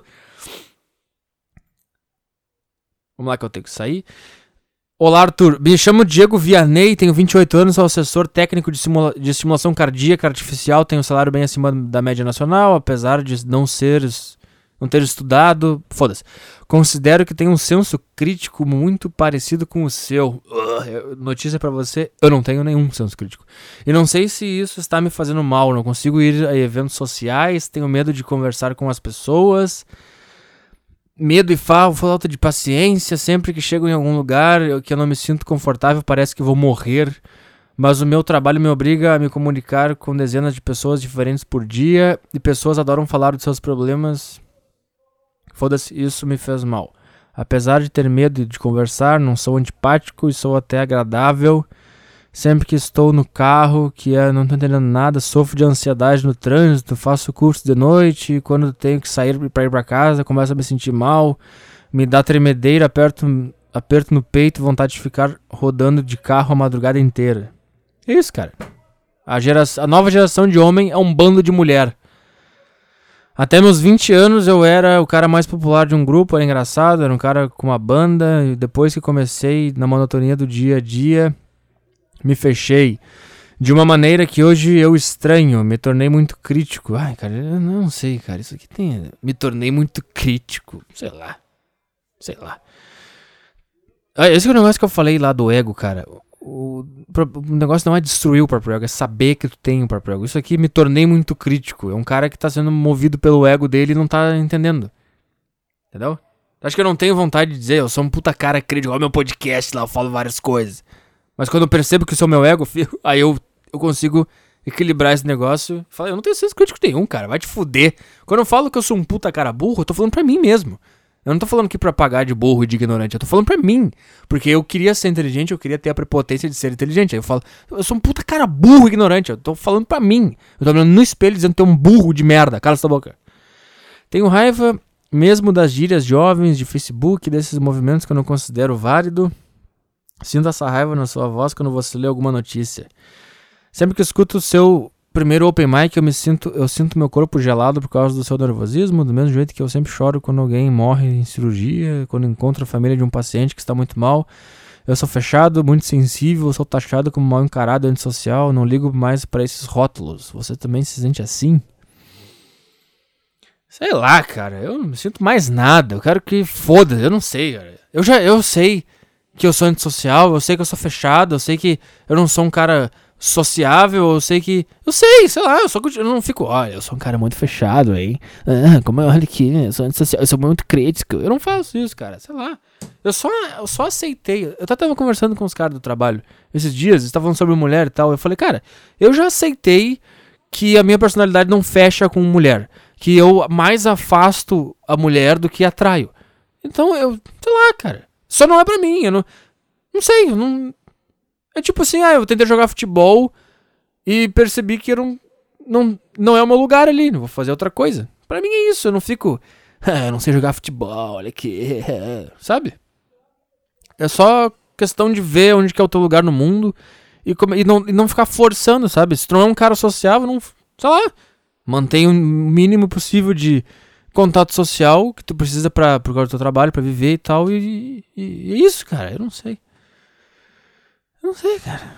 Vamos lá que eu tenho que sair. Olá, Arthur. Me chamo Diego Vianney, tenho vinte e oito anos, sou assessor técnico de, simula- de estimulação cardíaca artificial, tenho um salário bem acima da média nacional, apesar de não ser... não ter estudado, foda-se. Considero que tenho um senso crítico muito parecido com o seu. Uh, notícia pra você, eu não tenho nenhum senso crítico. E não sei se isso está me fazendo mal, não consigo ir a eventos sociais, tenho medo de conversar com as pessoas, medo e fa- falta de paciência, sempre que chego em algum lugar eu, que eu não me sinto confortável, parece que vou morrer. Mas o meu trabalho me obriga a me comunicar com dezenas de pessoas diferentes por dia, e pessoas adoram falar dos seus problemas. Foda-se, isso me fez mal. Apesar de ter medo de conversar, não sou antipático e sou até agradável. Sempre que estou no carro, que é, não tô entendendo nada, sofro de ansiedade no trânsito, faço curso de noite, e quando tenho que sair pra ir pra casa, começo a me sentir mal, me dá tremedeira, aperto, aperto no peito, vontade de ficar rodando de carro a madrugada inteira. É isso, cara. A, gera, a nova geração de homem é um bando de mulher. Até meus vinte anos eu era o cara mais popular de um grupo, era engraçado, era um cara com uma banda, e depois que comecei na monotonia do dia a dia, me fechei. De uma maneira que hoje eu estranho, me tornei muito crítico. Ai, cara, eu não sei, cara, isso aqui tem... Me tornei muito crítico, sei lá, sei lá. Ah, esse é o negócio que eu falei lá do ego, cara. O, o negócio não é destruir o próprio ego, é saber que tu tem o próprio ego. Isso aqui me tornei muito crítico. É um cara que tá sendo movido pelo ego dele e não tá entendendo. Entendeu? Acho que eu não tenho vontade de dizer, eu sou um puta cara crítico, olha meu podcast lá, eu falo várias coisas. Mas quando eu percebo que isso é o meu ego, filho, aí eu, eu consigo equilibrar esse negócio e falar, eu não tenho senso crítico nenhum, cara, vai te fuder. Quando eu falo que eu sou um puta cara burro, eu tô falando pra mim mesmo. Eu não tô falando aqui pra pagar de burro e de ignorante, eu tô falando pra mim. Porque eu queria ser inteligente, eu queria ter a prepotência de ser inteligente. Aí eu falo, eu sou um puta cara burro e ignorante, eu tô falando pra mim. Eu tô olhando no espelho dizendo que tu é um burro de merda, cala essa boca. Tenho raiva mesmo das gírias jovens de Facebook, desses movimentos que eu não considero válido. Sinto essa raiva na sua voz quando você lê alguma notícia. Sempre que eu escuto o seu primeiro open mic, eu me sinto, eu sinto meu corpo gelado por causa do seu nervosismo, do mesmo jeito que eu sempre choro quando alguém morre em cirurgia, quando encontro a família de um paciente que está muito mal. Eu sou fechado, muito sensível, sou taxado como mal encarado, antissocial, não ligo mais para esses rótulos. Você também se sente assim? Sei lá, cara, eu não me sinto mais nada, eu quero que foda, eu não sei, cara. Eu já, eu sei que eu sou antissocial, eu sei que eu sou fechado, eu sei que eu não sou um cara sociável, eu sei que... Eu sei, sei lá, eu, só, eu não fico... Olha, eu sou um cara muito fechado, hein? Ah, como eu olho aqui, eu sou antissocial, eu sou muito crítico. Eu não faço isso, cara, sei lá. Eu só, eu só aceitei. Eu tava conversando com os caras do trabalho esses dias, eles estavam falando sobre mulher e tal. Eu falei, cara, eu já aceitei que a minha personalidade não fecha com mulher. Que eu mais afasto a mulher do que atraio. Então, eu... Sei lá, cara. Só não é pra mim, eu não... Não sei, eu não... É tipo assim, ah, eu tentei jogar futebol e percebi que eu não, não, não é o meu lugar ali, não vou fazer outra coisa. Pra mim é isso, eu não fico, ah, eu não sei jogar futebol, olha aqui, sabe? É só questão de ver onde que é o teu lugar no mundo e, come, e, não, e não ficar forçando, sabe? Se tu não é um cara sociável, não, sei lá, mantém o mínimo possível de contato social que tu precisa pra, por causa do teu trabalho, pra viver e tal, e, e, e é isso, cara, eu não sei. Eu não sei, cara.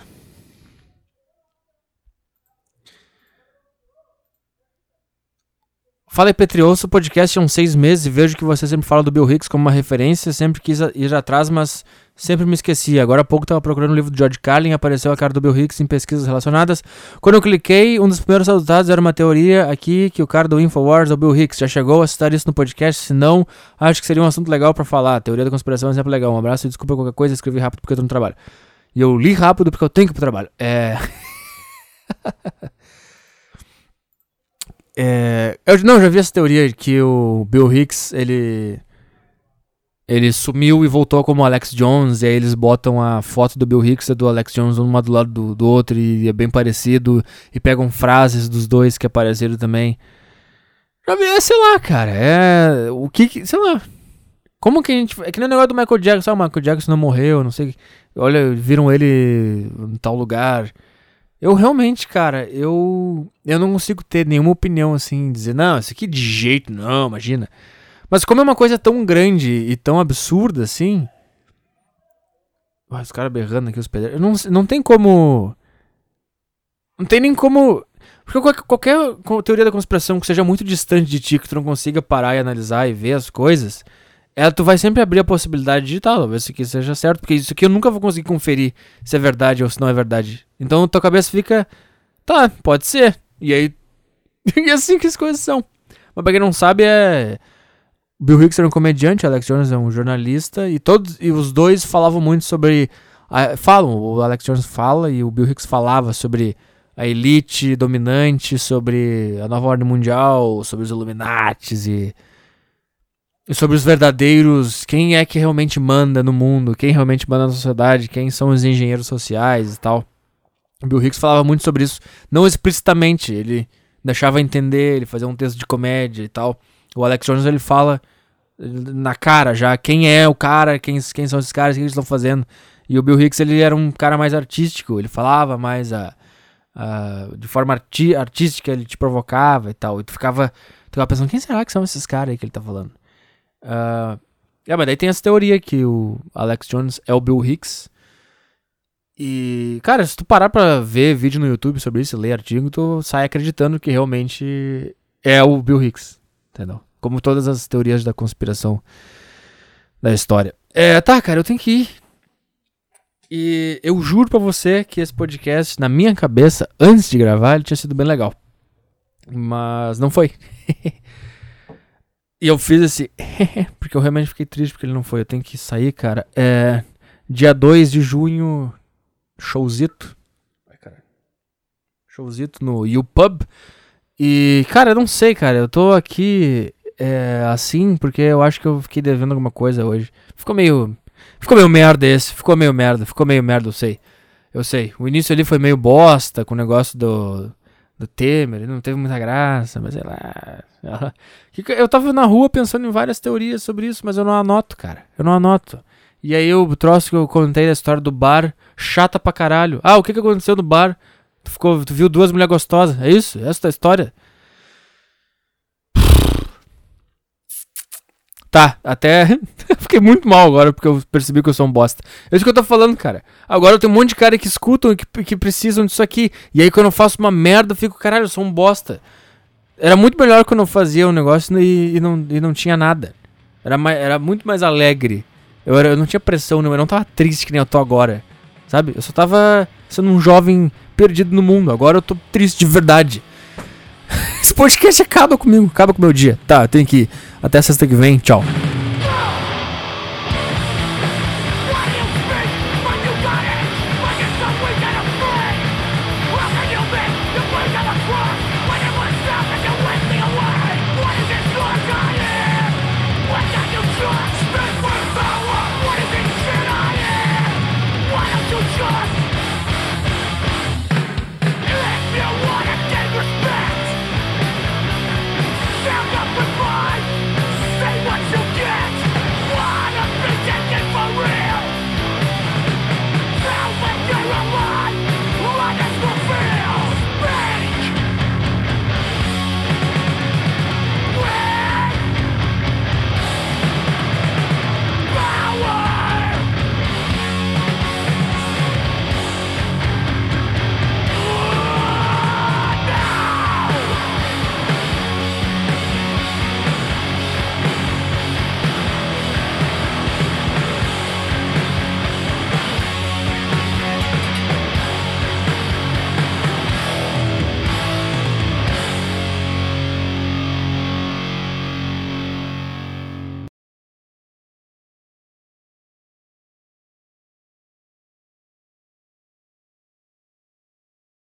Fala aí, Petri, ouço o podcast há uns seis meses e vejo que você sempre fala do Bill Hicks como uma referência, sempre quis ir atrás, mas sempre me esqueci. Agora há pouco estava procurando o livro do George Carlin e apareceu a cara do Bill Hicks em pesquisas relacionadas. Quando eu cliquei, um dos primeiros resultados era uma teoria aqui que o cara do Infowars é o Bill Hicks. Já chegou a citar isso no podcast? Se não, acho que seria um assunto legal pra falar. A teoria da conspiração é sempre legal. Um abraço e desculpa qualquer coisa, escrevi rápido porque eu tô no trabalho. E eu li rápido porque eu tenho que ir pro trabalho. É... É, eu não, já vi essa teoria de que o Bill Hicks, ele ele sumiu e voltou como Alex Jones, e aí eles botam a foto do Bill Hicks e do Alex Jones um do lado do, do outro, e é bem parecido, e pegam frases dos dois que apareceram também. Já vi, sei lá, cara, é, o que, sei lá, como que a gente, é que nem o negócio do Michael Jackson, sabe, o Michael Jackson não morreu, não sei, olha, viram ele em tal lugar. Eu realmente, cara, eu eu não consigo ter nenhuma opinião assim, dizer, não, isso aqui de jeito não, imagina. Mas como é uma coisa tão grande e tão absurda assim... Ah, os caras berrando aqui, os pedreiros. Não, não tem como... Não tem nem como... Porque qualquer, qualquer teoria da conspiração que seja muito distante de ti, que tu não consiga parar e analisar e ver as coisas... É, tu vai sempre abrir a possibilidade de tal, talvez isso aqui seja certo, porque isso aqui eu nunca vou conseguir conferir se é verdade ou se não é verdade. Então tua cabeça fica, tá, pode ser. E aí, e assim que as coisas são. Mas pra quem não sabe, é... Bill Hicks era um comediante, Alex Jones é um jornalista, e todos e os dois falavam muito sobre... A, falam, o Alex Jones fala e o Bill Hicks falava sobre a elite dominante, sobre a nova ordem mundial, sobre os Illuminatis e... E sobre os verdadeiros, quem é que realmente manda no mundo, quem realmente manda na sociedade, quem são os engenheiros sociais e tal. O Bill Hicks falava muito sobre isso, não explicitamente, ele deixava entender, ele fazia um texto de comédia e tal. O Alex Jones, ele fala na cara já, quem é o cara, quem, quem são esses caras, o que eles estão fazendo. E o Bill Hicks, ele era um cara mais artístico, ele falava mais a, a, de forma arti- artística, ele te provocava e tal. E tu ficava, tu ficava pensando, quem será que são esses caras aí que ele tá falando? Uh, é, mas daí tem essa teoria que o Alex Jones é o Bill Hicks. E, cara, se tu parar pra ver vídeo no YouTube sobre isso, ler artigo, tu sai acreditando que realmente é o Bill Hicks, entendeu? Como todas as teorias da conspiração da história. É, tá, cara, eu tenho que ir. E eu juro pra você que esse podcast, na minha cabeça, antes de gravar, ele tinha sido bem legal. Mas não foi. E eu fiz esse... porque eu realmente fiquei triste porque ele não foi. Eu tenho que sair, cara. É... Dia dois de junho... Showzito. Ai, cara. Showzito no YouPub. E, cara, eu não sei, cara. Eu tô aqui... É, assim, porque eu acho que eu fiquei devendo alguma coisa hoje. Ficou meio... Ficou meio merda esse. Ficou meio merda. Ficou meio merda, eu sei. Eu sei. O início ali foi meio bosta com o negócio do... do Temer, ele não teve muita graça, mas sei lá. Eu tava na rua pensando em várias teorias sobre isso, mas eu não anoto, cara. Eu não anoto. E aí o troço que eu contei da história do bar, chata pra caralho. Ah, o que que aconteceu no bar? Tu, ficou, tu viu duas mulheres gostosas, é isso? Essa é a história? Tá, até fiquei muito mal agora porque eu percebi que eu sou um bosta. É isso que eu tô falando, cara. Agora eu tenho um monte de cara que escutam e que, que precisam disso aqui. E aí quando eu faço uma merda eu fico, caralho, eu sou um bosta. Era muito melhor quando eu fazia um negócio e, e, não, e não tinha nada. Era, mais, era muito mais alegre. Eu, era, eu não tinha pressão, eu não tava triste que nem eu tô agora. Sabe? Eu só tava sendo um jovem perdido no mundo. Agora eu tô triste de verdade. Esse podcast acaba comigo, acaba com o meu dia. Tá, eu tenho que ir. Até sexta que vem, tchau.